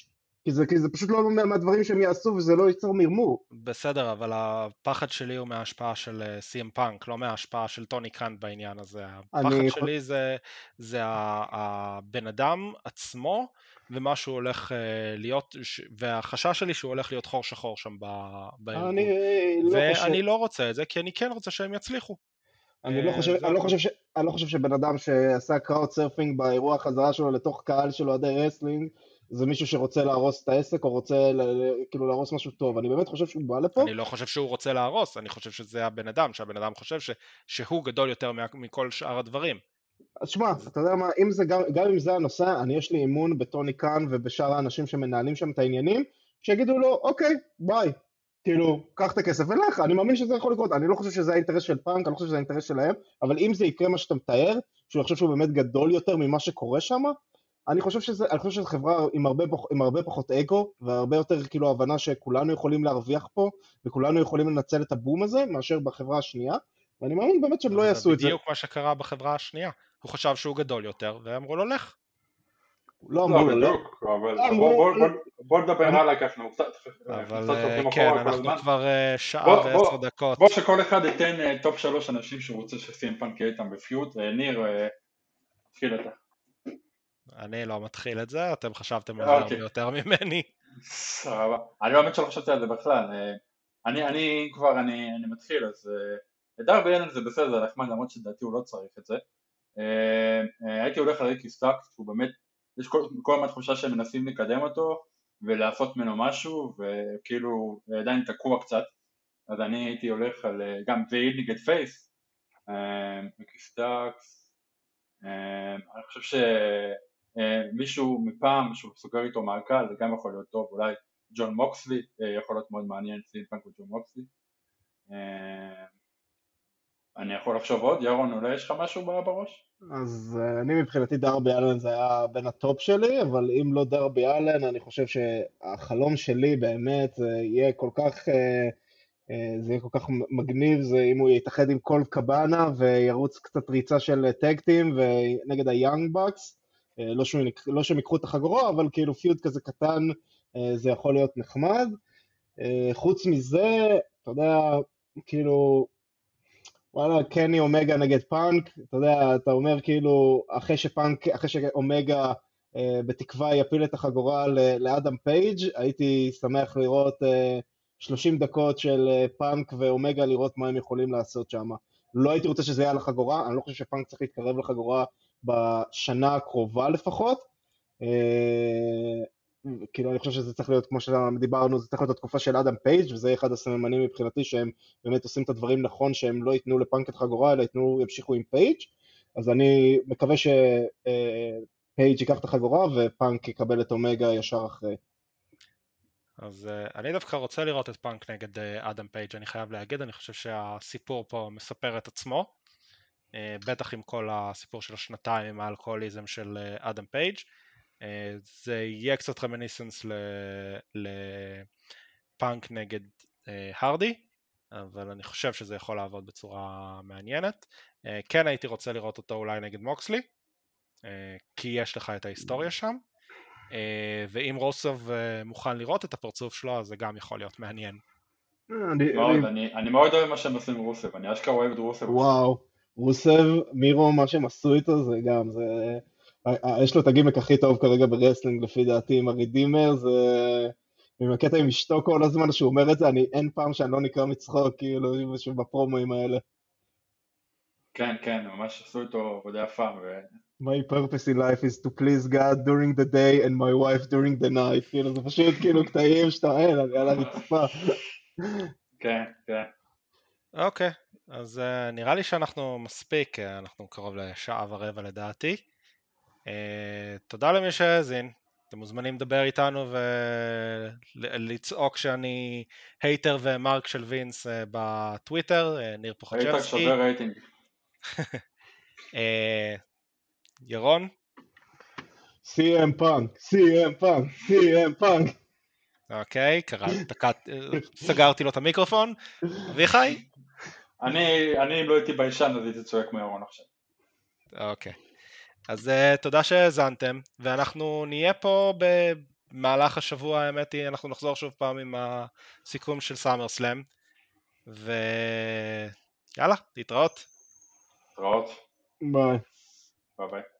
כי זה פשוט לא מהדברים שהם יעשו וזה לא ייצור מרמור.
בסדר, אבל הפחד שלי הוא מההשפעה של סי.אם פאנק, לא מההשפעה של טוני קאן בעניין הזה. הפחד
אני,
שלי זה הבן אדם עצמו, ומה שהוא הולך להיות, והחשש שלי שהוא הולך להיות חור שחור שם
אני
בארגון.
לא חושב,
ואני לא רוצה את זה, כי אני כן רוצה שהם יצליחו.
אני לא חושב,
זה הכל.
אני לא חושב שבן אדם שעשה קראוד סרפינג באירוע החזרה שלו לתוך קהל של אוהדי רסלינג, זה מישהו שרוצה להרוס את העסק או רוצה כאילו להרוס משהו טוב. אני באמת חושב שהוא בא לפה.
אני לא חושב שהוא רוצה להרוס, אני חושב שזה הבן אדם, שהבן אדם חושב שהוא גדול יותר מכל שאר הדברים.
אז שמע, אתה יודע מה, גם אם זה הנושא, יש לי אמון בטוני קאן ובשאר האנשים שמנהלים שם את העניינים, שיגידו לו, אוקיי, ביי. כאילו, קח את הכסף ולך, אני מאמין שזה יכול לקרות, אני לא חושב שזה האינטרס של פאנק, אני לא חושב שזה האינטרס שלהם, אבל אם זה יקרה מה שאתה מתאר, שהוא יחשוב שהוא באמת גדול יותר ממה שקורה שם, אני חושב שזו חברה עם הרבה פחות אגו, והרבה יותר כאילו הבנה שכולנו יכולים להרוויח פה, וכולנו יכולים לנצל את הבום הזה, מאשר בחברה השנייה, ואני מאמין באמת שהם לא
זה
יעשו את זה.
בדיוק מה שקרה בחברה השנייה. הוא חשב שהוא גדול יותר, ואמרו לו לך.
לא אמרו לו, לא.
בדיוק, אבל בוא נדבר הלאה, כי אנחנו קצת הולכים
כן,
אחורה כל
אנחנו
הזמן.
כבר שעה ועשר דקות.
בוא שכל אחד ייתן טופ 3 אנשים שהוא רוצה שסי.אם פאנק יהיה איתם בפיוט. ניר, תתחיל אתה.
אני לא מתחיל את זה, אתם חשבתם על זה הרבה יותר ממני.
סבבה. אני באמת שלא חשבתי על זה בכלל. אני מתחיל, אז דרבי אלן זה בסדר, זה נחמד, למרות שדעתי הוא לא צריך את זה. הייתי הולך על ריקי סטארקס, הוא באמת, יש כל הזמן תחושה שהם מנסים לקדם אותו ולעשות ממנו משהו, וכאילו עדיין תקוע קצת, אז אני הייתי הולך על גם ואיל נגד פייס, ריקי סטארקס, אני חושב שמישהו מפעם שהוא סוגר איתו מעגל, זה גם יכול להיות טוב, אולי ג'ון מוקסלי, יכול להיות מאוד מעניין, סי.אם פאנק וג'ון מוקסלי. אני יכול לחשוב עוד, ירון, אולי יש לך משהו בראש?
אז אני מבחינתי דרבי אלן זה היה בין הטופ שלי, אבל אם לא דרבי אלן, אני חושב שהחלום שלי באמת זה יהיה כל כך מגניב, זה אם הוא יתאחד עם קולט קבאנה וירוץ קצת ריצה של טאג-טים ונגד היאנג בקס, לא שהם ייקחו את החגורה, אבל כאילו פיוד כזה קטן, זה יכול להיות נחמד. חוץ מזה, אתה יודע, כאילו, וואלה, קני אומגה נגד פאנק, אתה יודע, אתה אומר כאילו, אחרי שאומגה בתקווה יפיל את החגורה לאדם פייג', הייתי שמח לראות 30 דקות של פאנק ואומגה, לראות מה הם יכולים לעשות שם. לא הייתי רוצה שזה יהיה על החגורה, אני לא חושב שפאנק צריך להתקרב לחגורה בשנה הקרובה לפחות, כאילו אני חושב שזה צריך להיות, כמו שדיברנו, זה צריך להיות התקופה של אדם פייג' וזה אחד הסממנים מבחינתי שהם באמת עושים את הדברים נכון, שהם לא ייתנו לפאנק את חגורה, אלא ימשיכו עם פייג', אז אני מקווה שפייג' ייקח את החגורה ופאנק יקבל את אומגה ישר אחרי.
אז אני דווקא רוצה לראות את פאנק נגד אדם פייג', אני חייב להגיד, אני חושב שהסיפור פה מספר את עצמו, בטח עם כל הסיפור של השנתיים עם האלכוהוליזם של אדם פייג'. זה יהיה קצת רמיניסנס לפאנק נגד הרדי, אבל אני חושב שזה יכול לעבוד בצורה מעניינת. כן הייתי רוצה לראות אותו אולי נגד מוקסלי, כי יש לך את ההיסטוריה שם, ואם רוסוב מוכן לראות את הפרצוף שלו, אז זה גם יכול להיות מעניין.
אני מאוד אוהב מה שהם עושים עם רוסב, אני אשכרה אוהב את רוסב.
וואו, רוסב, מירו, מה שהם עשו איתו זה גם, יש לו את הגימק הכי טוב כרגע ברסלינג לפי דעתי עם הרידימר, זה עם הקטע עם אשתו כל הזמן שהוא אומר את זה, אין פעם שאני לא נקרא מצחוק כאילו בפרומואים האלה.
כן, כן, ממש עשו איתו עבודה יפה.
My purpose in life is to please God during the day and my wife during the night, כאילו זה פשוט כאילו קטעים שאתה אין, על הרצפה.
כן, כן.
אוקיי, אז נראה לי שאנחנו מספיק, אנחנו קרוב לשעה ורבע לדעתי. תודה למי שהאזין, אתם מוזמנים לדבר איתנו ולצעוק שאני הייטר ומרק של וינס בטוויטר, ניר פוחצ'בסקי.
הייטר שווה רייטינג.
ירון?
CM Punk, CM Punk, CM Punk.
אוקיי, סגרתי לו את המיקרופון. אביחי?
אני אם לא הייתי ביישן אז הייתי צועק מירון עכשיו.
אוקיי. אז תודה שהאזנתם, ואנחנו נהיה פה במהלך השבוע האמת היא אנחנו נחזור שוב פעם עם הסיכום של סאמר סלאם, ויאללה, להתראות.
התראות.
ביי.
ביי ביי.